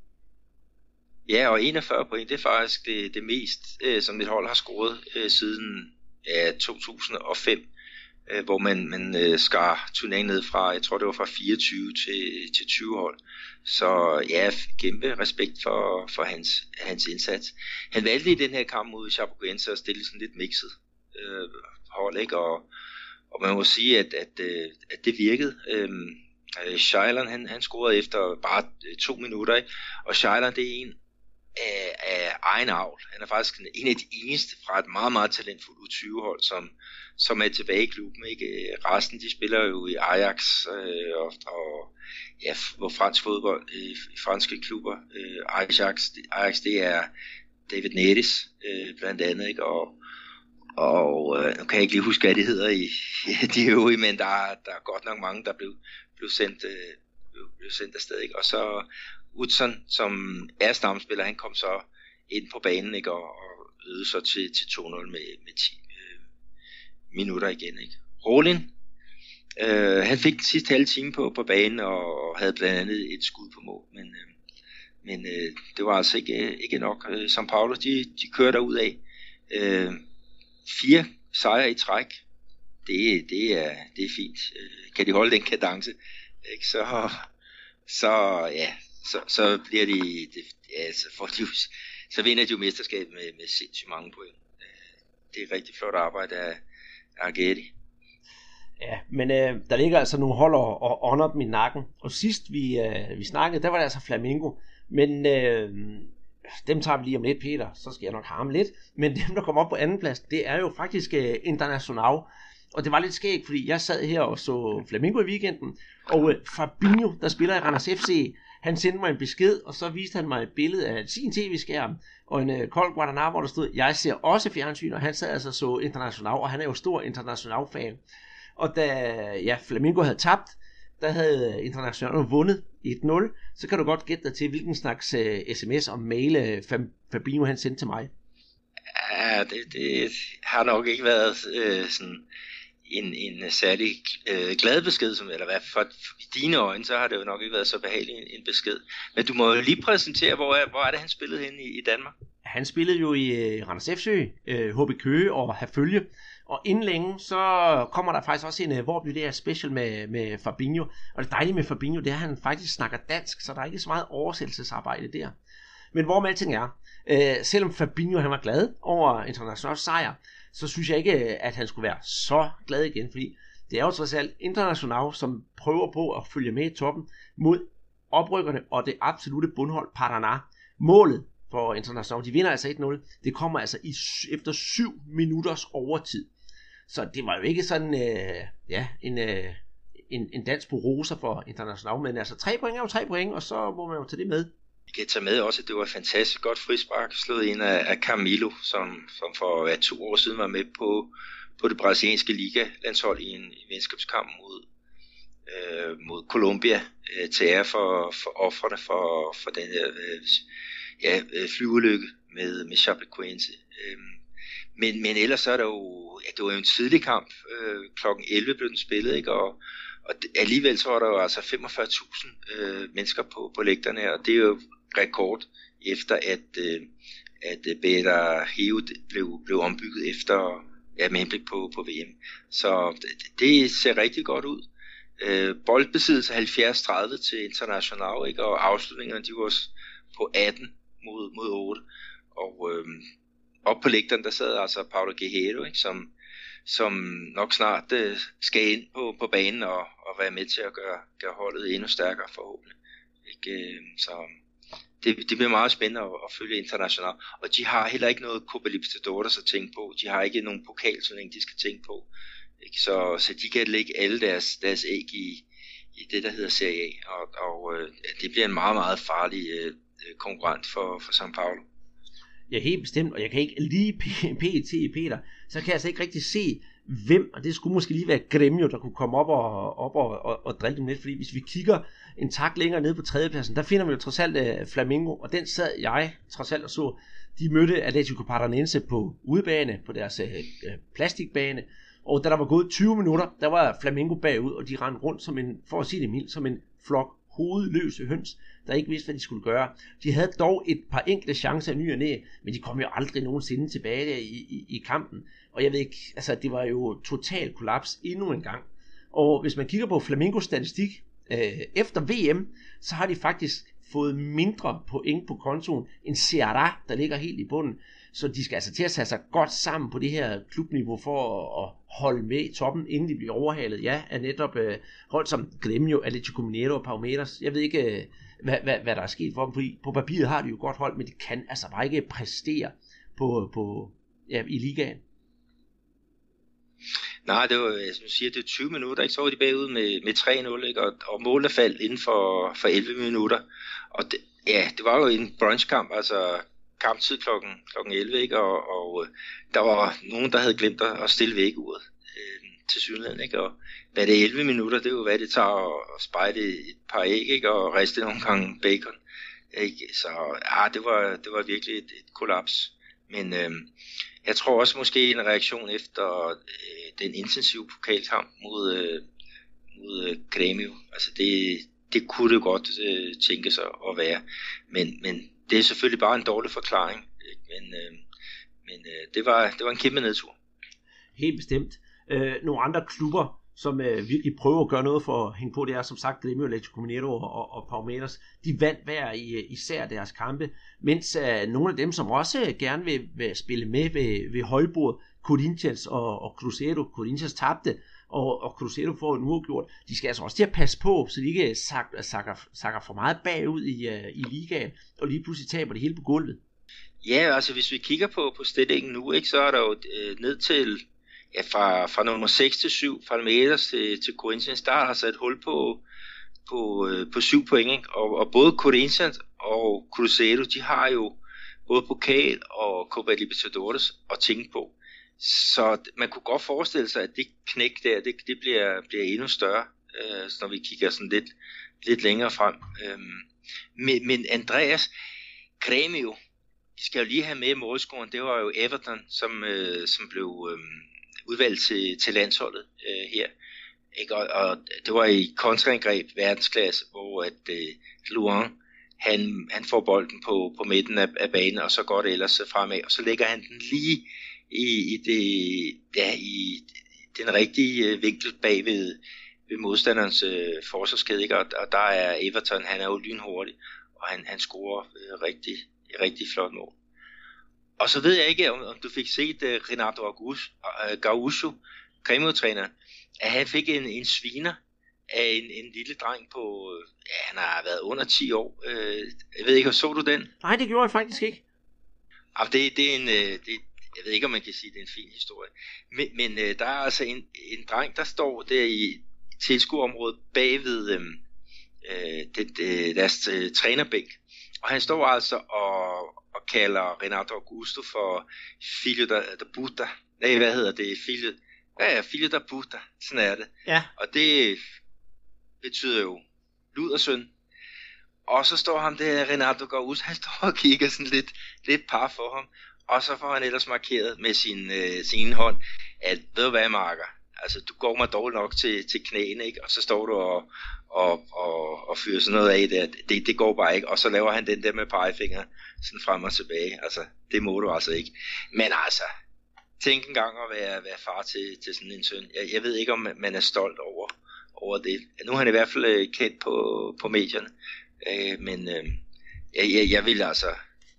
Ja, og enogfyrre point, det er faktisk det, det mest, øh, som et hold har scoret øh, siden ja, to tusind og fem, øh, hvor man, man øh, skar turneringen ned fra, jeg tror det var fra fireogtyve til, til tyve hold. Så ja, kæmpe respekt for, for hans, hans indsats. Han valgte i den her kamp mod Chapecoense at stille sådan lidt mixet øh, hold, ikke? Og, og man må sige, at, at, at det virkede. Øhm, Scheilan, han, han scorede efter bare to minutter, ikke? Og Scheilan, det er en af, af egen avl. Han er faktisk en af de eneste fra et meget, meget talentfuldt U tyve hold, som, som er tilbage i klubben, ikke? Resten, de spiller jo i Ajax øh, og, og ja, hvor fransk fodbold i, i franske klubber. Øh, Ajax, Ajax, det er David Neres øh, blandt andet, ikke? Og Og øh, nu kan jeg ikke lige huske, hvad det hedder i, i de øvrige, men der, der er godt nok mange, der blev, blev, sendt, øh, blev, blev sendt afsted. Ikke? Og så Utzon, som er stamspiller, han kom så ind på banen, ikke? Og, og øvede så til, til to nul med, med ti øh, minutter igen. Ikke? Rolin, øh, han fik den sidste halve time på, på banen og, og havde blandt andet et skud på mål, men, øh, men øh, det var altså ikke, ikke nok. Øh, São Paulo, de, de kører derud af. Øh, Fire sejre i træk, det, det, er, det er fint. Kan de holde den kadence, ikke? Så, så, ja, så, så bliver de, det, ja, så, får de, så vinder de jo mesterskabet med, med sindssygt mange point. Det er rigtig flot arbejde af Aguirre. Ja, men øh, der ligger altså nogle hold og, og ånder dem i nakken. Og sidst vi, øh, vi snakkede, der var det altså Flamengo. Men øh, dem tager vi lige om lidt, Peter, så skal jeg nok harme lidt, men dem, der kommer op på anden plads, det er jo faktisk uh, Internacional, og det var lidt skægt, fordi jeg sad her og så Flamengo i weekenden, og uh, Fabinho, der spiller i Randers F C, han sendte mig en besked, og så viste han mig et billede af sin tv-skærm, og en uh, kold Guaraná, hvor der stod, jeg ser også fjernsyn, og han sad altså så Internacional, og han er jo stor Internacional-fan, og da ja, Flamengo havde tabt, der havde Internacional vundet et nul, så kan du godt gætte dig til, hvilken slags uh, sms og mail uh, Fabinho han sendte til mig. Ja, det, det har nok ikke været øh, sådan en, en særlig øh, glad besked, som, eller hvad, for, for i dine øjne, så har det jo nok ikke været så behagelig en, en besked. Men du må jo lige præsentere, hvor er, hvor er det, han spillede hen i, i Danmark? Han spillede jo i uh, Randers F C, uh, H B Køge og Herfølge. Og inden længe, så kommer der faktisk også en, hvor bliver det her special med, med Fabinho. Og det dejlige med Fabinho, det er, at han faktisk snakker dansk, så der er ikke så meget oversættelsesarbejde der. Men hvor med alting er, øh, selvom Fabinho han var glad over International sejr, så synes jeg ikke, at han skulle være så glad igen, fordi det er jo trods alt International, som prøver på at følge med i toppen mod oprykkerne og det absolute bundhold Paraná. Målet for International, de vinder altså et nul, det kommer altså i, efter syv minutters overtid. Så det var jo ikke sådan øh, ja, en, øh, en, en dans på roser for International, men altså tre point er jo tre point, og så må man jo tage det med. Vi kan tage med også, at det var et fantastisk godt frispark, slået ind af, af Camilo, som, som for ja, to år siden var med på, på det brasilianske liga-landshold i en, en venskabskamp mod, øh, mod Colombia, øh, til ære for, for offrene for, for den her øh, ja, flyulykke med, med Chapecoense. Øh, men, men ellers så er der jo, ja, det var jo en tidlig kamp, øh, klokken elleve blev den spillet, ikke? Og, og det, alligevel så var der jo altså femogfyrre tusind øh, mennesker på, på lægterne, og det er jo rekord efter at, øh, at Beira Rio blev, blev ombygget efter, ja, med henblik på, på V M. Så det, det ser rigtig godt ud. Øh, boldbesiddelse halvfjerds tredive til International, ikke? Og afslutningerne de var på atten mod, mod otte. Og øh, op på lægteren, der sad altså Paulo Guerrero, ikke, som, som nok snart øh, skal ind på, på banen og, og være med til at gøre, gøre holdet endnu stærkere forhåbentlig. Ikke? Så det, det bliver meget spændende at, at følge internationalt. Og de har heller ikke noget Copa Libertadores at tænke på. De har ikke nogen pokalturnering, de skal tænke på. Ikke? Så, så de kan lægge alle deres, deres æg i, i det, der hedder Serie A. Og, og øh, det bliver en meget, meget farlig øh, konkurrent for, for São Paulo. Ja, helt bestemt, og jeg kan ikke lige pt. Peter, så kan jeg altså ikke rigtig se, hvem, og det skulle måske lige være Grêmio, der kunne komme op og, op og, og, og drille dem lidt, fordi hvis vi kigger en tak længere nede på tredjepladsen, der finder vi jo trods alt uh, Flamengo, og den sad jeg trods alt og så. De mødte Atlético Paranaense på udebane, på deres uh, plastikbane, og da der var gået tyve minutter, der var Flamengo bagud, og de rendte rundt som en, for at sige det mildt, som en flok hovedløse høns, der ikke vidste, hvad de skulle gøre. De havde dog et par enkelte chancer i ny og næ, men de kom jo aldrig nogensinde tilbage i, i, i kampen. Og jeg ved ikke, altså det var jo total kollaps endnu en gang. Og hvis man kigger på Flamengos statistik, øh, efter V M, så har de faktisk fået mindre point på kontoen end Ceará, der ligger helt i bunden. Så de skal altså til at tage sig godt sammen på det her klubniveau for at holde med i toppen, inden de bliver overhalet. Ja, af netop øh, hold som Grêmio, Atlético Mineiro og Palmeiras. Jeg ved ikke, øh, hvad, hvad, hvad der er sket for dem, fordi på papiret har de jo godt hold, men de kan altså bare ikke præstere på, på, ja, i ligaen. Nej, det var, som du siger, det er tyve minutter, ikke? Så var de bagud med, med tre nul, ikke? Og, og målet faldt inden for, for elleve minutter. Og det, ja, det var jo en brunchkamp, altså kamptid klokken, klokken elleve, ikke? Og, og der var nogen, der havde glemt at stille vækkeuret øh, til synligheden, ikke? Og hvad det er elleve minutter, det er jo hvad det tager at spejde et par æg, ikke? Og riste nogle gange bacon, ikke? Så ja, det var, det var virkelig et, et kollaps. Men øh, jeg tror også måske en reaktion efter øh, den intensive pokalkamp mod, øh, mod øh, Grêmio. Altså det, det kunne det godt øh, tænke sig at være. Men, men det er selvfølgelig bare en dårlig forklaring. Ikke? Men, øh, men øh, det, var, det var en kæmpe nedtur. Helt bestemt. Øh, nogle andre klubber, som øh, virkelig prøver at gøre noget for at hænge på, det er som sagt Grêmio, Atlético Mineiro og, og, og Palmeiras. De vandt hver i, især deres kampe, mens øh, nogle af dem, som også gerne vil, vil spille med ved, ved højbordet, Corinthians og, og Cruzeiro. Corinthians tabte, og, og Cruzeiro får en uafgjort. De skal altså også til at passe på, så de ikke sakker, sakker, sakker for meget bagud i, uh, i ligaen, og lige pludselig taber det hele på gulvet. Ja, altså hvis vi kigger på, på stillingen nu, ikke, så er der jo øh, ned til, ja, fra, fra nummer seks til syv, fra Palmeiras til, til Corinthians, der er altså et hul på, på, øh, på syv point, ikke? Og, og både Corinthians og Cruzeiro, de har jo både pokal og Copa Libertadores at tænke på. Så man kunne godt forestille sig, at det knæk der, det, det bliver, bliver endnu større, øh, når vi kigger sådan lidt, lidt længere frem. Øhm, men, men Andreas, Grêmio, de skal jo lige have med i målscoren, det var jo Everton, som, øh, som blev øh, udvalgt til, til landsholdet øh, her. Ikke? Og, og det var i kontraangreb verdensklasse, hvor at øh, Luan, han, han får bolden på, på midten af, af banen, og så går det ellers fremad, og så lægger han den lige i, i, det, ja, i den rigtige øh, vinkel bag ved, ved modstanderens øh, forsvarskæde, ikke? Og, og der er Everton, han er jo lynhurtig, og han, han scorer øh, rigtig, rigtig flot mål. Og så ved jeg ikke, om, om du fik set uh, Renato Augusto, uh, Gaúcho, Grêmio-træneren, at han fik en, en sviner af en, en lille dreng på, ja, han har været under ti år. Uh, jeg ved ikke, så du den? Nej, det gjorde jeg faktisk ikke. Altså, det, det er en, det, jeg ved ikke, om man kan sige, det er en fin historie. Men, men uh, der er altså en, en dreng, der står der i tilskuerområdet bagved um, uh, det, det, deres uh, trænerbænk. Og han står altså og, og kalder Renato Augusto for Filho da, da Puta. Nej, hvad hedder det? Filho, ja, Filho da Puta. Sådan er det. Ja. Og det betyder jo ludersøn. Og så står ham der Renato Augusto, han står og kigger sådan lidt, lidt par for ham. Og så får han ellers markeret med sin, øh, sin hånd, at ved du hvad, Marker? Altså, du går mig dårligt nok til, til knæene, ikke? Og så står du og, og, og, og fyrer sådan noget af der. Det, det går bare ikke. Og så laver han den der med pegefinger sådan frem og tilbage. Altså, det må du altså ikke. Men altså, tænk engang at være, være far til, til sådan en søn. Jeg, jeg ved ikke, om man er stolt over, over det. Nu er han i hvert fald kendt på, på medierne. Øh, men øh, jeg, jeg, jeg vil altså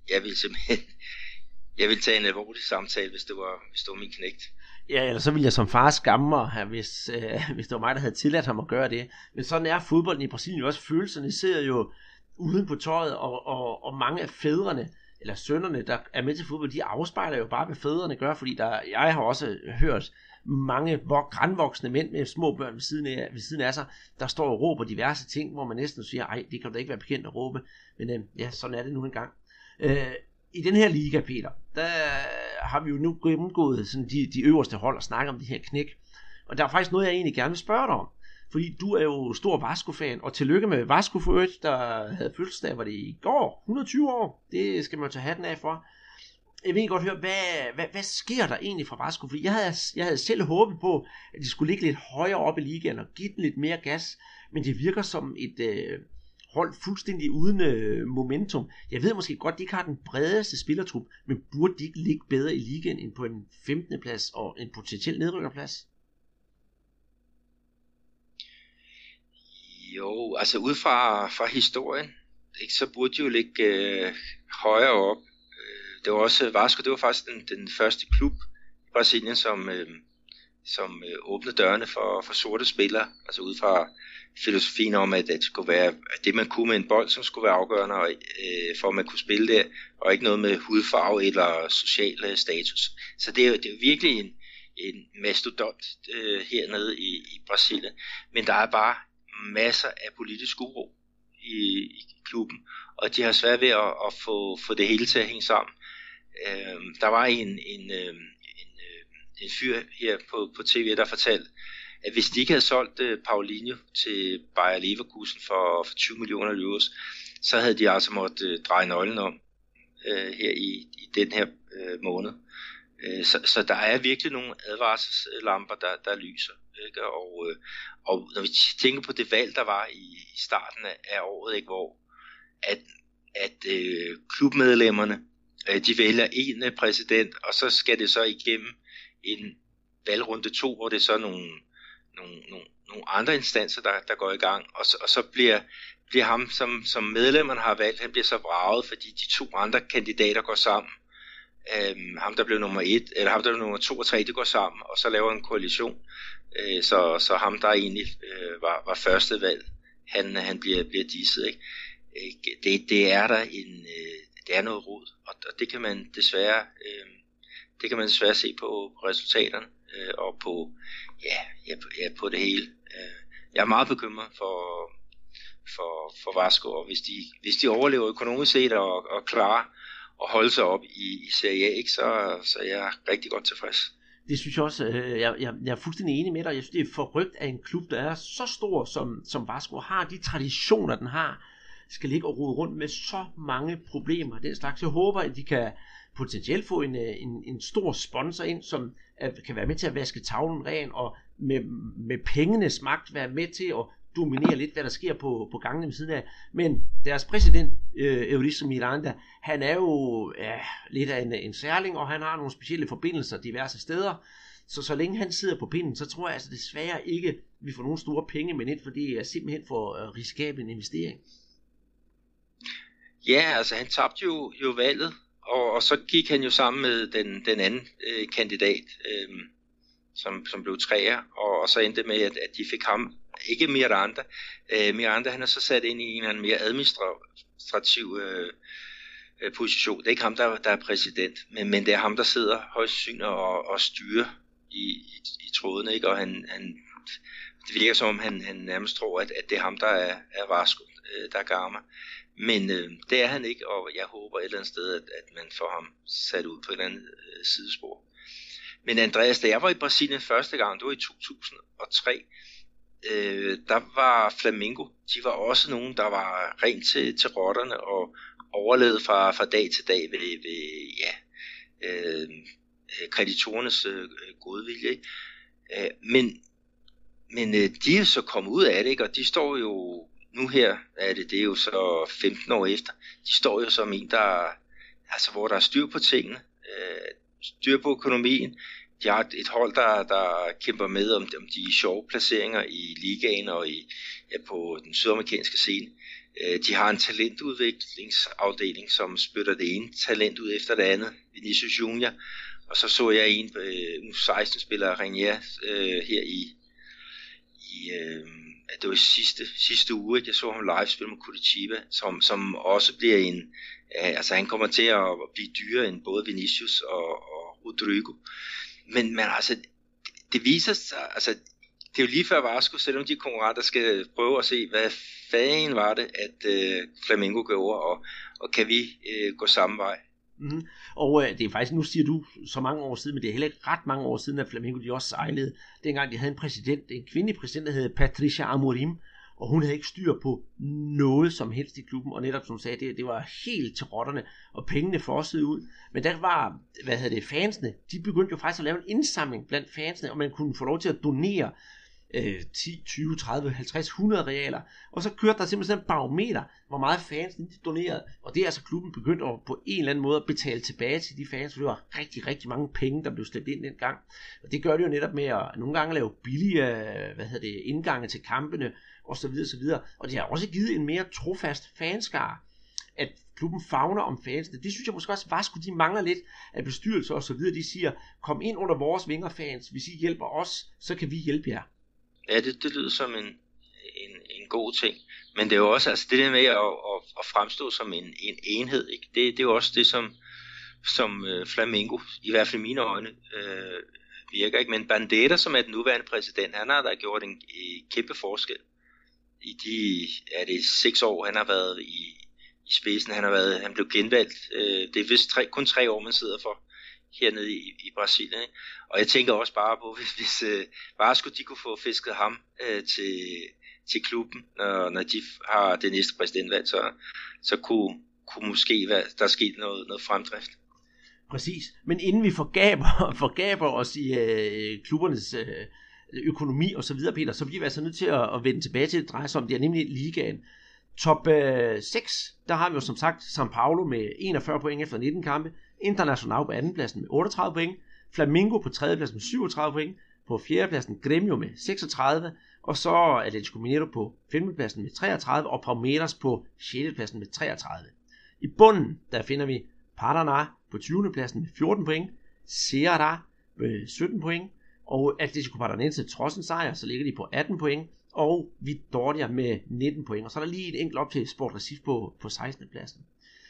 jeg ville simpelthen, jeg ville tage en alvorlig samtale, hvis det var, hvis det var min knægt. Ja, eller så ville jeg som far skamme mig her, hvis, øh, hvis det var mig, der havde tilladt ham at gøre det. Men sådan er fodbolden i Brasilien jo også. Følelserne sidder jo uden på tøjet, og, og, og mange af fædrene, eller sønnerne, der er med til fodbold, de afspejler jo bare, hvad fædrene gør, fordi der, jeg har også hørt mange grandvoksne mænd med små børn ved siden, af, ved siden af sig, der står og råber diverse ting, hvor man næsten siger, ej, det kan du da ikke være bekendt at råbe. Men øh, ja, sådan er det nu engang. Øh, I den her liga, Peter, der har vi jo nu gennemgået sådan de, de øverste hold og snakket om de her knæk. Og der er faktisk noget, jeg egentlig gerne vil spørge dig om. Fordi du er jo stor Vasco-fan, og tillykke med Vasco for øvrigt, der havde fødselsdag, var det i går, hundrede og tyve år. Det skal man jo tage hatten af for. Jeg vil godt høre, hvad, hvad, hvad sker der egentlig fra Vasco? Fordi jeg havde, jeg havde selv håbet på, at de skulle ligge lidt højere op i ligaen og give den lidt mere gas. Men det virker som et øh, hold fuldstændig uden øh, momentum. Jeg ved måske godt, at de ikke har den bredeste spillertrup, men burde de ikke ligge bedre i ligaen end på en femtende plads og en potentiel nedrykkerplads? Jo, altså ud fra, fra historien, ikke, så burde de jo ligge øh, højere op. Det var også, Vasco, det var faktisk den, den første klub i Brasilien, som, øh, som øh, åbnede dørene for, for sorte spillere. Altså ud fra filosofien om, at det skulle være at det, man kunne med en bold, som skulle være afgørende, og, øh, for at man kunne spille der, og ikke noget med hudfarve eller social status. Så det er, det er virkelig en, en mastodont øh, hernede i, i Brasilien. Men der er bare masser af politisk uro i, i klubben, og de har svært ved at, at få, få det hele til at hænge sammen. Øh, der var en, en, øh, en, øh, en fyr her på, på T V, der fortalte, at hvis de ikke havde solgt øh, Paulinho til Bayer Leverkusen for, for tyve millioner euros, så havde de altså måttet øh, dreje nøglen om øh, her i, i den her øh, måned. Øh, så, så der er virkelig nogle advarselslamper, der, der lyser. Ikke? Og, øh, og når vi tænker på det valg, der var i, i starten af året, ikke, hvor at, at øh, klubmedlemmerne, øh, de vælger en øh, præsident, og så skal det så igennem en valgrunde to, hvor det er så nogle, nogle, nogle, nogle andre instanser, der, der går i gang, og så, og så bliver, bliver ham, som, som medlemmerne har valgt, han bliver så vraget, fordi de to andre kandidater går sammen. Øhm, ham der blev nummer et, eller ham der blev nummer to og tre, de går sammen, og så laver en koalition, øh, så, så ham der egentlig øh, var, var første valg, han, han bliver, bliver disset, ikke? Det, det er der en, øh, det er noget rod, og, og det kan man desværre, øh, det kan man desværre se på resultaterne øh, og på, ja, ja, på, ja, på det hele. Øh, jeg er meget bekymret for, for, for Vasco, og hvis de, hvis de overlever økonomisk set og, og klarer at holde sig op i, i Serie A, ikke, så, så er jeg rigtig godt tilfreds. Det synes jeg også, øh, jeg, jeg, jeg er fuldstændig enig med dig. Jeg synes, det er forrygt, at en klub, der er så stor som, som Vasco, har de traditioner, den har, skal ligge og rode rundt med så mange problemer. Den slags. Jeg håber, at de kan potentielt få en, en, en stor sponsor ind, som at, kan være med til at vaske tavlen ren, og med, med pengenes magt være med til at dominere lidt, hvad der sker på, på gangene ved siden af. Men deres præsident, øh, Euridice Miranda, han er jo ja, lidt af en, en særling, og han har nogle specielle forbindelser diverse steder. Så så længe han sidder på pinden, så tror jeg altså desværre ikke, vi får nogle store penge med net, for det er simpelthen for uh, risikabel en investering. Ja, altså han tabte jo, jo valget, og, og så gik han jo sammen med den, den anden øh, kandidat, øh, som, som blev træer, og, og så endte med, at, at de fik ham, ikke Miranda. Øh, Miranda, han er så sat ind i en eller anden mere administrativ øh, øh, position. Det er ikke ham, der, der er præsident, men, men det er ham, der sidder højst synligt og, og styrer i, i, i trådene, ikke? Og han, han, det virker som om, han, han nærmest tror, at, at det er ham, der er, er Vasco, øh, der er Gama. Men øh, det er han ikke, og jeg håber et eller andet sted, at, at man får ham sat ud på et eller andet øh, sidespor. Men Andreas, da jeg var i Brasilien første gang, det var i to tusind og tre, øh, der var Flamengo, de var også nogen, der var rent til, til rotterne og overlevede fra, fra dag til dag ved, ved ja, øh, kreditorernes øh, godvilje. Øh, men men øh, de er så kommet ud af det, ikke? Og de står jo nu her, er det, det er jo så femten år efter, de står jo som en, der, altså hvor der er styr på tingene, øh, styr på økonomien. De har et, et hold, der, der kæmper med om, om de sjove placeringer i ligaen og i, ja, på den sydamerikanske scene. Øh, de har en talentudviklingsafdeling, som spytter det ene talent ud efter det andet, Vinicius Junior. Og så så jeg en øh, U seksten-spiller, Renier, øh, her i, i øh, det var sidste, sidste uge, jeg så ham live spille med Curitiba, som, som også bliver en, øh, altså han kommer til at, at blive dyrere end både Vinicius og, og Rodrigo. Men, men altså, det, det viser sig, altså, det er jo lige før Vasco, selvom de konkurrenter skal prøve at se, hvad fanden var det, at øh, Flamengo går over, og, og kan vi øh, gå samme vej. Mm-hmm. Og øh, det er faktisk, nu siger du så mange år siden, men det er heller ikke ret mange år siden, at Flamengo de også sejlede. Dengang de havde en præsident, en kvindelig præsident, der hed Patricia Amorim, og hun havde ikke styr på noget som helst i klubben, og netop som du sagde, det, det var helt til rotterne, og pengene fossede ud. Men der var, hvad hedder det, fansene, de begyndte jo faktisk at lave en indsamling blandt fansene, og man kunne få lov til at donere ti, tyve, tredive, halvtreds, hundrede realer, og så kørte der simpelthen en barometer, hvor meget fans de donerede, og det er altså klubben begyndt at på en eller anden måde at betale tilbage til de fans, for det var rigtig, rigtig mange penge, der blev slæbt ind dengang, og det gør det jo netop med at nogle gange lave billige, hvad hedder det, indgange til kampene, og så videre, så videre, og det har også givet en mere trofast fanskare, at klubben favner om fansene. Det synes jeg måske også, Vasco, de mangler lidt af bestyrelser og så videre, de siger, kom ind under vores vinger, fans, hvis I hjælper os, så kan vi hjælpe jer. Ja, det, det lyder som en, en, en god ting. Men det er jo også, altså det der med at, at, at fremstå som en, en enhed, ikke? Det, det er jo også det, som, som uh, Flamengo, i hvert fald i mine øjne, uh, virker. Ikke? Men Bandeira, som er den nuværende præsident, han har da gjort en, en kæmpe forskel. I de, er det seks år, han har været i, i spidsen, han har været, han blev genvalgt. Uh, det er vist tre, kun tre år, man sidder for hernede i, i Brasilien, ikke? Og jeg tænker også bare på, hvis, hvis uh, Vasco de kunne få fisket ham uh, til, til klubben, når, når de har det næste præsidentvalg, så, så kunne, kunne måske være, der ske noget, noget fremdrift. Præcis, men inden vi forgaber, forgaber os i uh, klubbernes uh, økonomi og så videre, Peter, så bliver vi altså nødt til at, at vende tilbage til det drejer sig om, det er nemlig ligaen. Top uh, seks, der har vi jo som sagt São Paulo med enogfyrre point efter nitten kampe, Internacional på andenpladsen med otteogtredive point, Flamengo på tredjepladsen med syvogtredive point, på fjerdepladsen Grêmio med seksogtredive, og så Atlético Mineiro på femtepladsen med treogtredive, og Palmeiras på sjettepladsen med treogtredive. I bunden, der finder vi Paraná på tyvende pladsen med fjorten point, Ceará med sytten point, og Atlético Paranaense trods en sejr, så ligger de på atten point, og Vitória med nitten point, og så er der lige et enkelt op til Sport Recife på, på sekstende pladsen.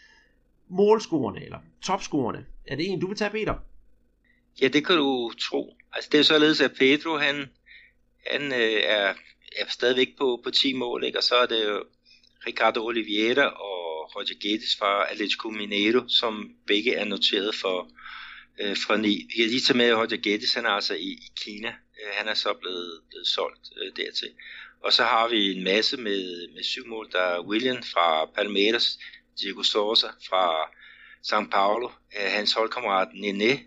Målscorerne, eller topscorerne, er det en, du vil tage, Peter? Ja, det kan du tro. Altså det er således, at Pedro, han, han øh, er, er stadigvæk på, på ti mål, ikke? Og så er det jo Ricardo Oliveira og Roger Guedes fra Atlético Mineiro, som begge er noteret for, øh, fra ni. Vi kan lige tage med, at Roger Guedes, han er altså i, i Kina. Øh, han er så blevet, blevet solgt øh, dertil. Og så har vi en masse med, med syv mål. Der er William fra Palmeiras, Diego Souza fra São Paulo, øh, hans holdkammerat Nené,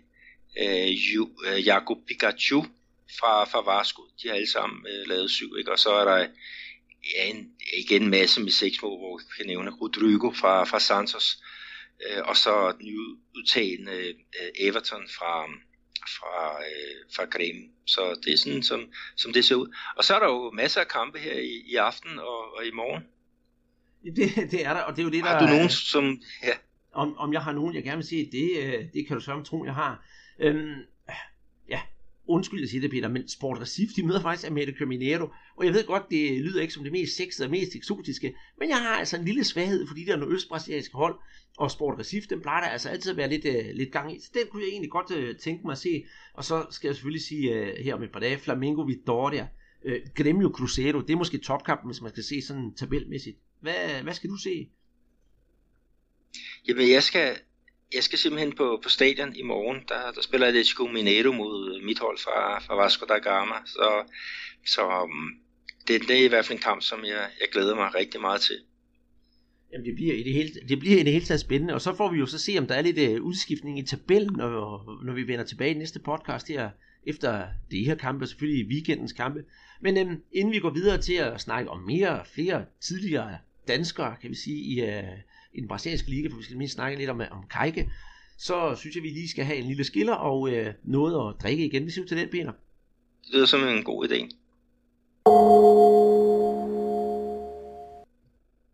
øh, Jacob Pikachu fra, fra Vasco. De har alle sammen øh, lavet syv, ikke? Og så er der ja, en, igen en masse med seks mål, hvor vi kan nævne Rodrigo fra, fra Santos, øh, og så den udtagende øh, Everton fra, fra, øh, fra Grêmio. Så det er sådan, som, som det ser ud. Og så er der jo masser af kampe her i, i aften og, og i morgen. Det, det er der, og det er jo det, der... Har du nogen, som... Ja. Om, om jeg har nogen, jeg gerne vil sige, det, det kan du så tro, jeg har. Øhm, ja, undskyld at sige det, Peter, men Sport Recife, de møder faktisk Atlético Mineiro, og jeg ved godt, det lyder ikke som det mest sexede og mest eksotiske, men jeg har altså en lille svaghed for de der nordøstbrasilianske hold, og Sport Recife, den plejer der altså altid at være lidt, uh, lidt gang i, så den kunne jeg egentlig godt uh, tænke mig at se, og så skal jeg selvfølgelig sige uh, her om et par dage, Flamengo Vitória, uh, Grêmio Cruzeiro, det er måske topkampen, hvis man skal se sådan tabelmæssigt. Hvad, hvad skal du se? Jamen, jeg skal, jeg skal simpelthen på, på stadion i morgen. Der, der spiller Atlético Mineiro mod mit hold fra, fra Vasco da Gama. Så, så um, det, det er i hvert fald en kamp, som jeg, jeg glæder mig rigtig meget til. Jamen, det bliver, i det, hele, det bliver i det hele taget spændende. Og så får vi jo så se, om der er lidt uh, udskiftning i tabellen, når, når vi vender tilbage i næste podcast her, efter det her kampe, og selvfølgelig weekendens kampe. Men um, inden vi går videre til at snakke om mere flere tidligere danskere, kan vi sige, i... Uh, i den brasilianske liga, for vi skal mindst snakke lidt om, om Kajke, så synes jeg, vi lige skal have en lille skiller og øh, noget at drikke igen. Hvad siger du til den, Peter? Det lyder som en god idé.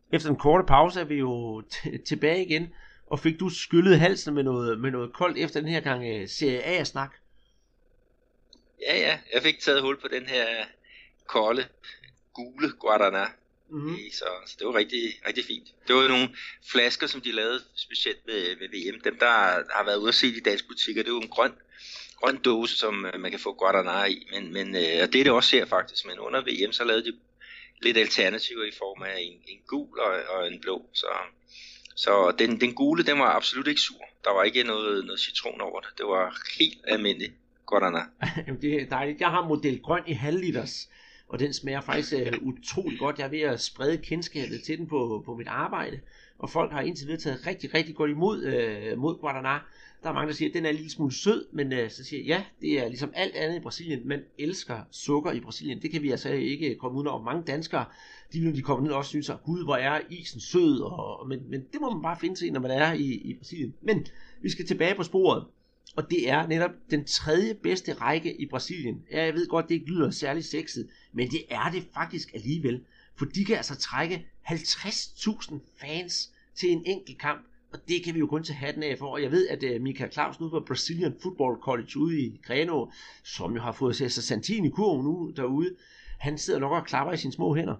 Efter en korte pause er vi jo t- tilbage igen, og fik du skyllet halsen med noget, med noget koldt efter den her gang uh, Serie A-snak? Ja, ja, jeg fik taget hul på den her kolde, gule Guaraná. Mm-hmm. Så, så det var rigtig, rigtig fint. Det var jo nogle flasker, som de lavede specielt ved, ved V M. Dem, der har været ude at se i danske butikker, det er jo en grøn, grøn dåse, som man kan få Guaraná i. Men, men, og det er det også her faktisk, men under V M, så lavede de lidt alternativer i form af en, en gul og, og en blå. Så, så den, den gule, den var absolut ikke sur. Der var ikke noget, noget citron over det. Det var helt almindeligt Guaraná. Det er dejligt. Jeg har model grøn i halvliters, og den smager faktisk uh, utrolig godt. Jeg er ved at sprede kendskabet til den på, på mit arbejde, og folk har indtil videre taget rigtig, rigtig godt imod uh, mod Guaraná. Der er mange, der siger, at den er en lille smule sød, men uh, så siger jeg, ja, det er ligesom alt andet i Brasilien. Man elsker sukker i Brasilien. Det kan vi altså ikke komme ud over. Mange danskere, de vil de kommer ned og også synes, at gud, hvor er isen sød, og, men, men det må man bare finde sig, når man er i, i Brasilien. Men vi skal tilbage på sporet. Og det er netop den tredje bedste række i Brasilien. Ja, jeg ved godt, det ikke lyder særlig sexet, men det er det faktisk alligevel. For de kan altså trække halvtreds tusind fans til en enkelt kamp. Og det kan vi jo kun tage hatten af for. Og jeg ved, at uh, Michael Clausen ude på Brazilian Football College ude i Greno, som jo har fået Cesar Santini kurven nu derude, han sidder nok og klapper i sine små hænder.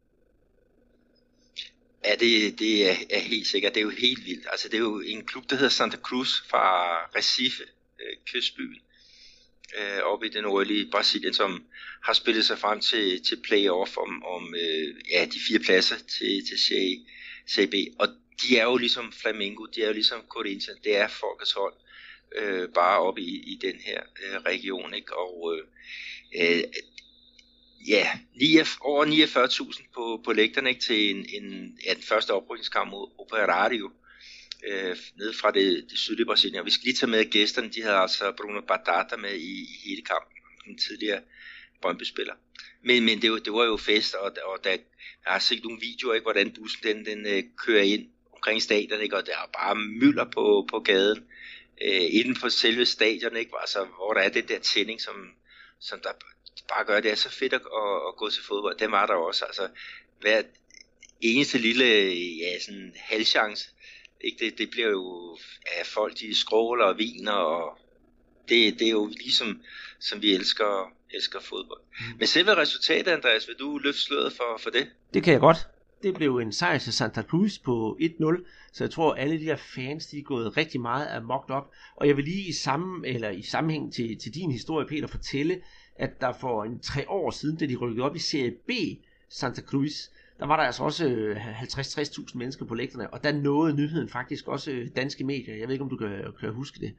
Ja, det, det er, er helt sikkert. Det er jo helt vildt. Altså, det er jo en klub, der hedder Santa Cruz fra Recife, øh, kystbyen, øh, oppe i den nordlige Brasilien, som har spillet sig frem til, til playoff om, om øh, ja, de fire pladser til, til Serie B. Og de er jo ligesom Flamengo, de er jo ligesom Corinthians, det er folkets hold, øh, bare oppe i, i den her øh, region, ikke? Og øh, ja, over niogfyrre tusind på, på lægterne, ikke, til en, en, ja, den første oprykningskamp mod Operário, øh, nede fra det, det sydlige Brasilien. Og vi skal lige tage med, at gæsterne, de havde altså Bruno Batata med i, i hele kampen, den tidligere Brøndby-spiller. Men, men det, det var jo fest, og, og der, jeg har set nogle videoer, ikke, hvordan bussen den, den øh, kører ind omkring stadion, ikke, og der er bare mylder på, på gaden, øh, inden for selve stadion, ikke, altså, hvor der er den der tænding, som, som der bare gør, det er så fedt at, at, at gå til fodbold. Det var der også, altså hver eneste lille, ja, sådan halvchance, ikke, det, det bliver jo, ja, folk de skråler og viner, og det, det er jo ligesom, som vi elsker, elsker fodbold. Mm. Men selve resultatet, Andreas, vil du løfte sløret for, for det? Det kan jeg godt. Det blev en sejr til Santa Cruz på et nul, så jeg tror, at alle de her fans, de er gået rigtig meget amokt op. Og jeg vil lige i, sammen, eller i sammenhæng til, til din historie, Peter, fortælle, at der for en tre år siden, da de rykkede op i Serie B, Santa Cruz, der var der altså også halvtreds til tres tusind mennesker på lægterne, og der nåede nyheden faktisk også danske medier. Jeg ved ikke, om du kan, kan huske det.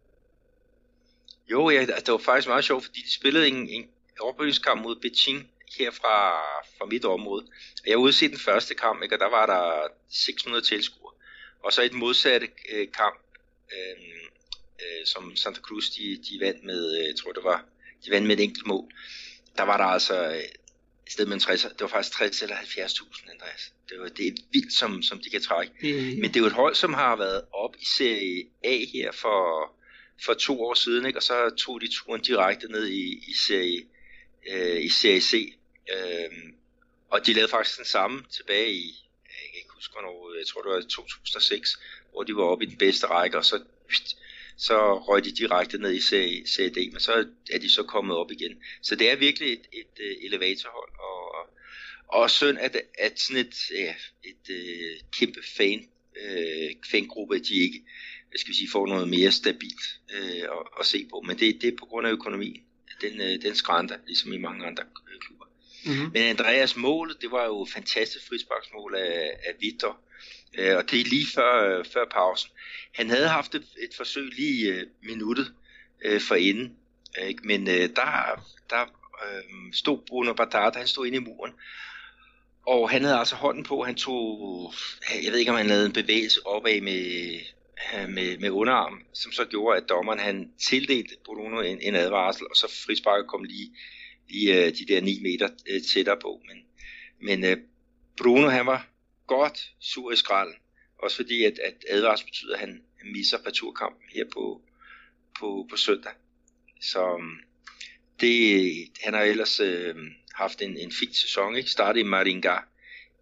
Jo, ja, det var faktisk meget sjovt, fordi de spillede en, en oprykningskamp mod Beijing her fra, fra mit område. Jeg var ude at se den første kamp, ikke, og der var der seks hundrede tilskuere. Og så i den modsatte øh, kamp, øh, øh, som Santa Cruz, de, de vandt med, jeg tror det var, de vandt med et enkelt mål. Der var der altså øh, et sted med tres, det var faktisk tres eller halvfjerds tusind, Andreas. Det, var, det er vildt, som, som de kan trække. Mm. Men det er jo et hold, som har været op i Serie A her for, for to år siden, ikke? Og så tog de turen direkte ned i, i, serie, øh, i Serie C. Øhm, og de lavede faktisk den samme tilbage i, jeg kan ikke huske hvornår, jeg tror det var to tusind og seks, hvor de var oppe i den bedste række, og så, så røg de direkte ned i Serie, Serie D, men så er de så kommet op igen. Så det er virkelig et, et, et elevatorhold, og, og synd, at, at sådan et, ja, et, et kæmpe fan, øh, fangruppe, at de ikke, hvad skal vi sige, får noget mere stabilt øh, at, at se på, men det, det er på grund af økonomien. Den, den skrænter, ligesom i mange andre klubber. Mm-hmm. Men Andreas mål, det var jo fantastisk frisparksmål af, af Vitor, øh, og det er lige før, før pausen. Han havde haft et, et forsøg lige øh, minuttet øh, forinden, øh, men øh, der, der øh, stod Bruno Batata, han stod inde i muren, og han havde altså hånden på, han tog, jeg ved ikke om han lavede en bevægelse opad med, med, med underarm, som så gjorde, at dommeren han tildelte Bruno en, en advarsel, og så frisparket kom lige, lige de der ni meter tættere på. Men, men Bruno, han var godt sur i skralden, også fordi at, at advarsel betyder, at han misser returkampen her på, på, på søndag. Så det, han har ellers øh, haft en, en fin sæson, ikke? Startede i Maringá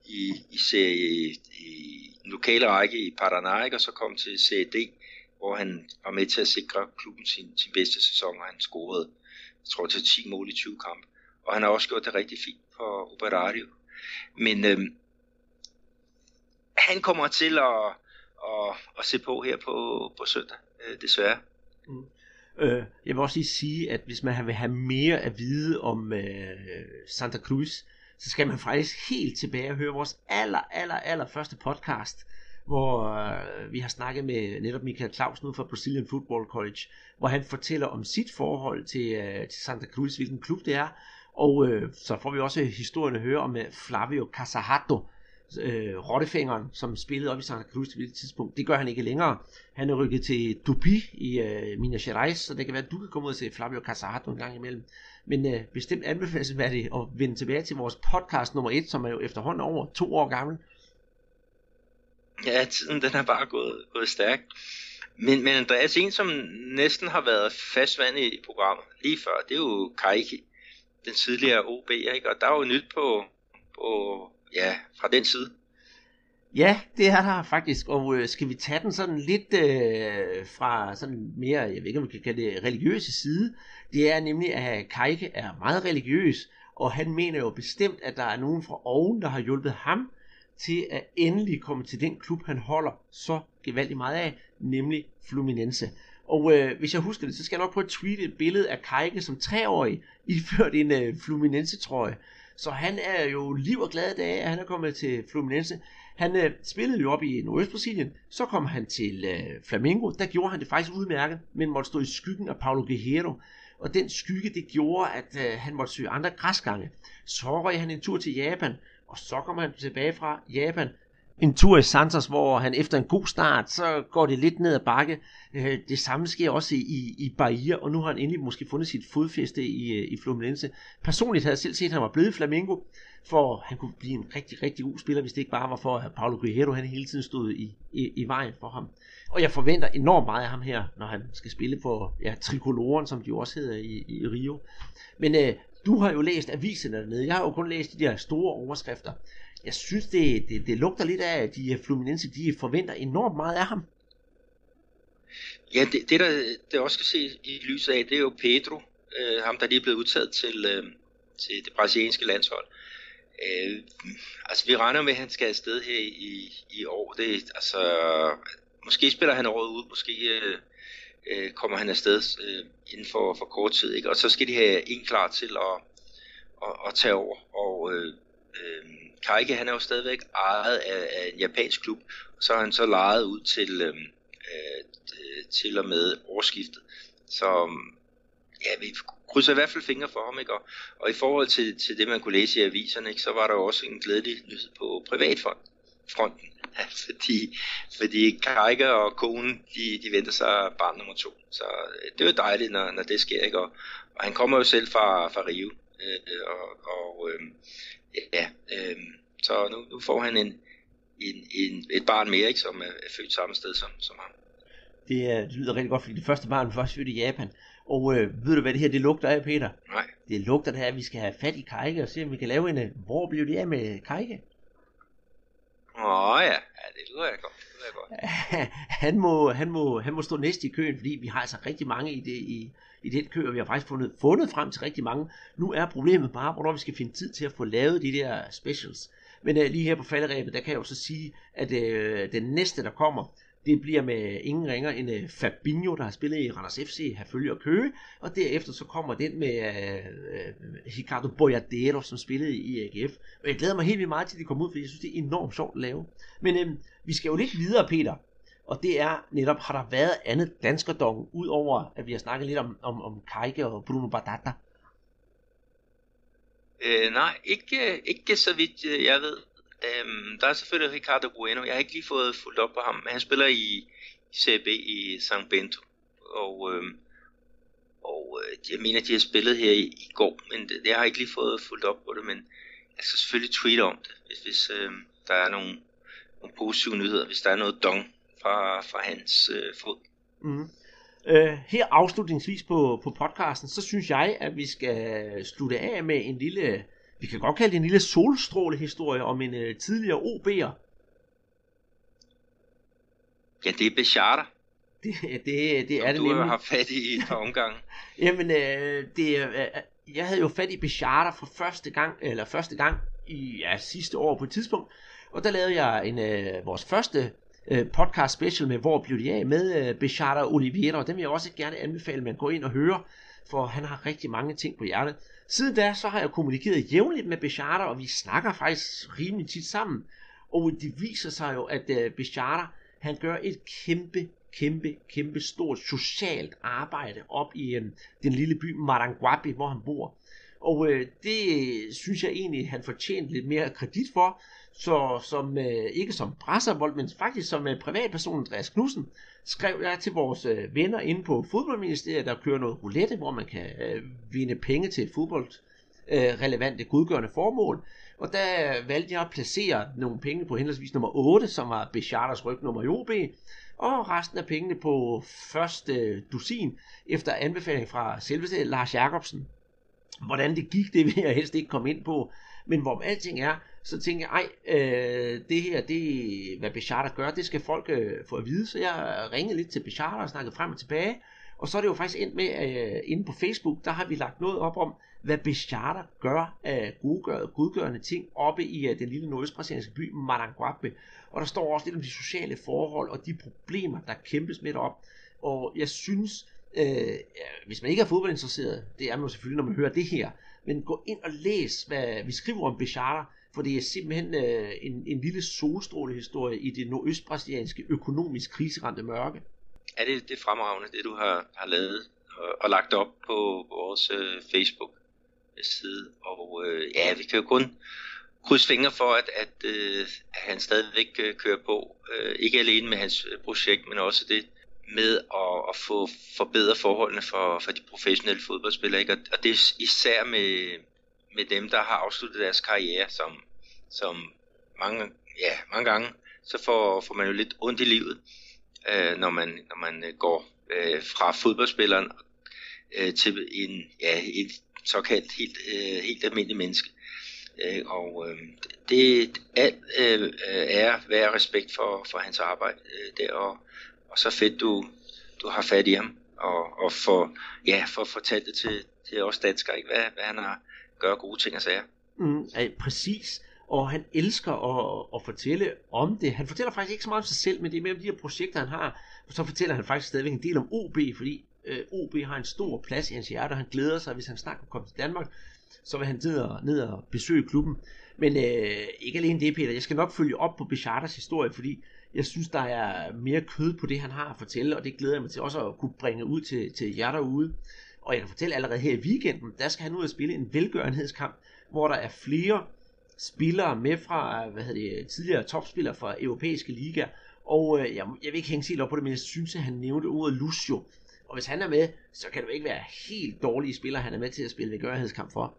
i, i, serie, i den lokale række i Paraná, ikke? Og så kom til Serie D, hvor han var med til at sikre klubben sin, sin bedste sæson, og han scorede, jeg tror, til ti mål i tyve kampe. Og han har også gjort det rigtig fint for Operário. Men øhm, han kommer til at, at, at se på her på, på søndag, øh, desværre. Mm. Øh, jeg vil også lige sige, at hvis man vil have mere at vide om øh, Santa Cruz, så skal man faktisk helt tilbage og høre vores aller, aller, aller første podcast, hvor øh, vi har snakket med netop Michael Clausen ud fra Brazilian Football College, hvor han fortæller om sit forhold til, øh, til Santa Cruz, hvilken klub det er, og øh, så får vi også historien at høre om øh, Flavio Casahato, øh, rottefingeren, som spillede op i Santa Cruz til et tidspunkt. Det gør han ikke længere. Han er rykket til Tupi i øh, Minas Gerais, så det kan være, at du kan komme ud og se Flavio Casahato en gang imellem. Men øh, bestemt anbefales det at vende tilbage til vores podcast nummer et, som er jo efterhånden over to år gammel. Ja, tiden den er bare gået, gået stærkt. Men, men Andreas, en som næsten har været fastvand i programmet lige før, det er jo Kajki, den tidligere O B, ikke? Og der er jo nyt på, på ja, fra den side. Ja, det er der faktisk, og øh, skal vi tage den sådan lidt øh, fra sådan mere, jeg ved ikke om vi kan kalde det religiøse side. Det er nemlig, at Kajke er meget religiøs, og han mener jo bestemt, at der er nogen fra oven, der har hjulpet ham til at endelig komme til den klub, han holder så gevaldigt meget af, nemlig Fluminense. Og øh, hvis jeg husker det, så skal jeg nok prøve at tweete et billede af Kajke som treårig, iført en øh, Fluminense-trøje. Så han er jo liv og glad af, at han er kommet til Fluminense. Han øh, spillede jo op i Nordøst-Brasilien, så kom han til øh, Flamengo, der gjorde han det faktisk udmærket, men måtte stå i skyggen af Paulo Guerreiro. Og den skygge, det gjorde, at øh, han måtte søge andre græsgange. Så røg han en tur til Japan, og så kommer han tilbage fra Japan. En tur i Santos, hvor han efter en god start, så går det lidt ned ad bakke. Det samme sker også i, i Bahia, og nu har han endelig måske fundet sit fodfæste i, i Fluminense. Personligt havde jeg selv set, at han var blevet i Flamengo, for han kunne blive en rigtig, rigtig god spiller, hvis det ikke bare var for, at Paulo Guerreiro han hele tiden stod i, i, i vejen for ham. Og jeg forventer enormt meget af ham her, når han skal spille for ja, Tricoloren, som de jo også hedder i, i Rio. Men øh, du har jo læst aviserne dernede. Jeg har jo kun læst de der store overskrifter. Jeg synes, det, det, det lugter lidt af, at de Fluminense, de forventer enormt meget af ham. Ja, det, det der det også skal se i lyset af, det er jo Pedro, øh, ham der lige er blevet udtaget til, øh, til det brasilianske landshold. Øh, altså vi regner med, at han skal afsted her i, i år. Det, altså, måske spiller han året ud, måske øh, øh, kommer han afsted øh, inden for, for kort tid, ikke? Og så skal de have en klar til at, at, at tage over. Og øh, øh, Kajke, han er jo stadigvæk ejet af, af en japansk klub, og så har han så lejet ud til, øh, til og med årsskiftet. Så ja, vi krydser i hvert fald fingre for ham, ikke? Og, og i forhold til, til det, man kunne læse i aviserne, ikke, så var der jo også en glædelig nyhed på privatfronten. fordi, fordi Kajke og konen, de, de venter sig barn nummer to. Så det er jo dejligt, når, når det sker, ikke? Og, og han kommer jo selv fra, fra Rio. Øh, og, og øh, ja, øh, så nu, nu får han en, en, en, et barn mere, ikke, som er, er født samme sted som, som ham. Det, det lyder rigtig godt, fordi det første barn var først født i Japan. Og øh, ved du, hvad det her det lugter af, Peter? Nej. Det lugter det af, at vi skal have fat i Kajke og se, om vi kan lave en... Hvor bliver det af med Kajke? Åh oh, ja. ja, det lyder jeg godt. Det lyder jeg godt. han, må, han, må, han må stå næste i køen, fordi vi har altså rigtig mange i det, i, i det kø, og vi har faktisk fundet, fundet frem til rigtig mange. Nu er problemet bare, hvornår vi skal finde tid til at få lavet de der specials. Men øh, lige her på falderæbet, der kan jeg jo så sige, at øh, den næste, der kommer, det bliver med ingen ringer end uh, Fabinho, der har spillet i Randers F C, Herfølge og Køge. Og derefter så kommer den med uh, Ricardo Boyadero, som spillede i A G F. Og jeg glæder mig helt vildt meget til, at de kommer ud, fordi jeg synes, det er enormt sjovt at lave. Men uh, vi skal jo lidt videre, Peter. Og det er netop, har der været andet danskerdong, udover at vi har snakket lidt om, om, om Kajke og Bruno Bardata? Øh, nej, ikke, ikke så vidt jeg ved. Øhm, der er selvfølgelig Ricardo Bueno. Jeg har ikke lige fået fulgt op på ham, men han spiller i, i Serie B i São Bento. Og, øhm, og øh, jeg mener, de har spillet her i, i går, men det, jeg har ikke lige fået fulgt op på det. Men jeg skal selvfølgelig tweete om det, hvis, hvis øh, der er nogle, nogle positive nyheder, hvis der er noget dong fra, fra hans øh, fod. Mm. Uh, her afslutningsvis på, på podcasten, så synes jeg, at vi skal slutte af med en lille vi kan godt kalde det en lille solstrålehistorie om en øh, tidligere O B'er. Ja, det er Bechara. Det, det, det er det du nemlig. Du har haft fat i et par omgange. Jamen, øh, det, øh, jeg havde jo fat i Bechara for første gang, eller første gang i ja, sidste år på et tidspunkt. Og der lavede jeg en, øh, vores første øh, podcast special med Hvor blev de af med øh, Bechara Oliveira. Og den vil jeg også gerne anbefale, at man går ind og hører, for han har rigtig mange ting på hjertet. Siden da, så har jeg kommunikeret jævnligt med Bechara, og vi snakker faktisk rimelig tit sammen. Og det viser sig jo, at øh, Bechara, han gør et kæmpe, kæmpe, kæmpe stort socialt arbejde op i øh, den lille by Maranguapi, hvor han bor. Og øh, det synes jeg egentlig, han fortjente lidt mere kredit for. Så som, øh, ikke som presservold, men faktisk som øh, privatperson Andreas Knudsen, skrev jeg til vores øh, venner inde på fodboldministeriet, der kører noget roulette, hvor man kan øh, vinde penge til fodboldrelevante øh, godgørende formål. Og der valgte jeg at placere nogle penge på henholdsvis nummer otte, som var Becharas ryg nummer i O B, og resten af pengene på første dusin, efter anbefaling fra selveste Lars Jacobsen. Hvordan det gik, det vil jeg helst ikke komme ind på. Men hvorom alting er, så tænker jeg, ej, øh, det her, det hvad Bechara gør, det skal folk øh, få at vide. Så jeg ringede lidt til Bechara og snakkede frem og tilbage. Og så er det jo faktisk endt med, øh, inde på Facebook, der har vi lagt noget op om, hvad Bechara gør af godgørende, godgørende ting oppe i øh, den lille nordøstbrasilianske by Maranguape. Og der står også lidt om de sociale forhold og de problemer, der kæmpes med derop. Og jeg synes, øh, ja, hvis man ikke er fodboldinteresseret, det er man jo selvfølgelig, når man hører det her, men gå ind og læs, hvad vi skriver om Bechara, for det er simpelthen øh, en, en lille solstrålehistorie i det nordøstbrasilianske økonomisk kriseramte mørke. Ja, det, det er fremragende, det du har, har lavet og, og lagt op på vores øh, Facebook-side. Og øh, ja, vi kan jo kun krydse fingre for, at, at, øh, at han stadigvæk øh, kører på. Øh, ikke alene med hans projekt, men også det med at, at få forbedret forholdene for, for de professionelle fodboldspillere. Ikke? Og, og det er især med, med dem, der har afsluttet deres karriere, som, som mange, ja, mange gange, så får, får man jo lidt ondt i livet, øh, når, man, når man går øh, fra fodboldspilleren øh, til en, ja, et såkaldt helt, øh, helt almindeligt menneske. Øh, og øh, det alt øh, er værd respekt for, for hans arbejde øh, der, og, og så fedt du, du har fat i ham og, og for, ja, for fortalt det til, til os danskere, ikke? Hvad, hvad han har gør gode ting og sager. Mm, ja, præcis. Og han elsker at, at fortælle om det. Han fortæller faktisk ikke så meget om sig selv, men det er mere om de her projekter, han har. Og så fortæller han faktisk stadigvæk en del om O B, fordi øh, O B har en stor plads i hans hjerte, og han glæder sig, hvis han snart kan komme til Danmark, så vil han ned og, ned og besøge klubben. Men øh, ikke alene det, Peter. Jeg skal nok følge op på Becharas historie, fordi jeg synes, der er mere kød på det, han har at fortælle, og det glæder jeg mig til også at kunne bringe ud til, til jer derude. Og jeg kan fortælle allerede her i weekenden, der skal han ud og spille en velgørenhedskamp, hvor der er flere spillere med fra, hvad hedder det, tidligere topspillere fra europæiske ligaer. Og øh, jeg, jeg vil ikke hænge helt op på det, men jeg synes, at han nævnte ordet Lucio. Og hvis han er med, så kan det jo ikke være helt dårlige spillere, han er med til at spille velgørenhedskamp for.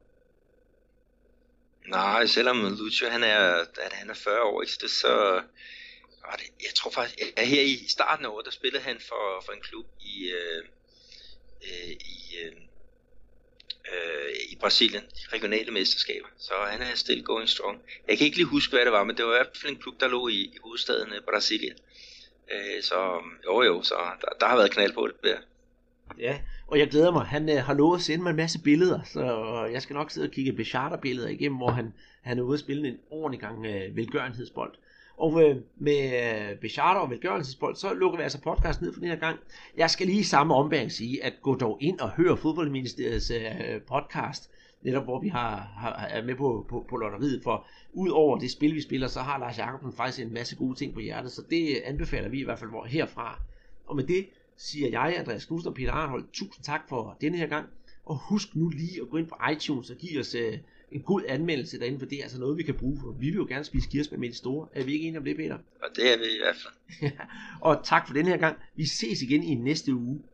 Nej, selvom Lucio han er, han er fyrre år, ikke, så jeg tror faktisk, at her i starten af året, der spillede han for, for en klub i, øh, øh, i, øh, øh, i Brasilien, de regionale mesterskaber. Så han er still going strong. Jeg kan ikke lige huske, hvad det var, men det var i hvert fald en klub, der lå i, i hovedstaden Brasilien. Øh, så jo jo, så der, der har været knald på det der. Ja, og jeg glæder mig. Han øh, har lovet at sende mig en masse billeder, så jeg skal nok sidde og kigge Bechara-billeder igennem, hvor han, han er ude at spille en ordentlig gang øh, velgørenhedsbold. Og øh, med øh, Bechara og velgørenhedsbold, så lukker vi altså podcast ned for den her gang. Jeg skal lige i samme ombæring sige, at gå dog ind og hør Fodboldministeriets øh, podcast, netop hvor vi har, har, er med på, på, på lotteriet, for ud over det spil, vi spiller, så har Lars Jacobsen faktisk en masse gode ting på hjertet, så det anbefaler vi i hvert fald herfra. Og med det siger jeg, Andreas Knudsen og Peter Arnhold, tusind tak for denne her gang, og husk nu lige at gå ind på iTunes og give os øh, en god anmeldelse derinde, for det er altså noget, vi kan bruge, for vi vil jo gerne spise kirsebær med de store. Er vi ikke enige om det, Peter? Og det er vi i hvert fald. Og tak for denne her gang. Vi ses igen i næste uge.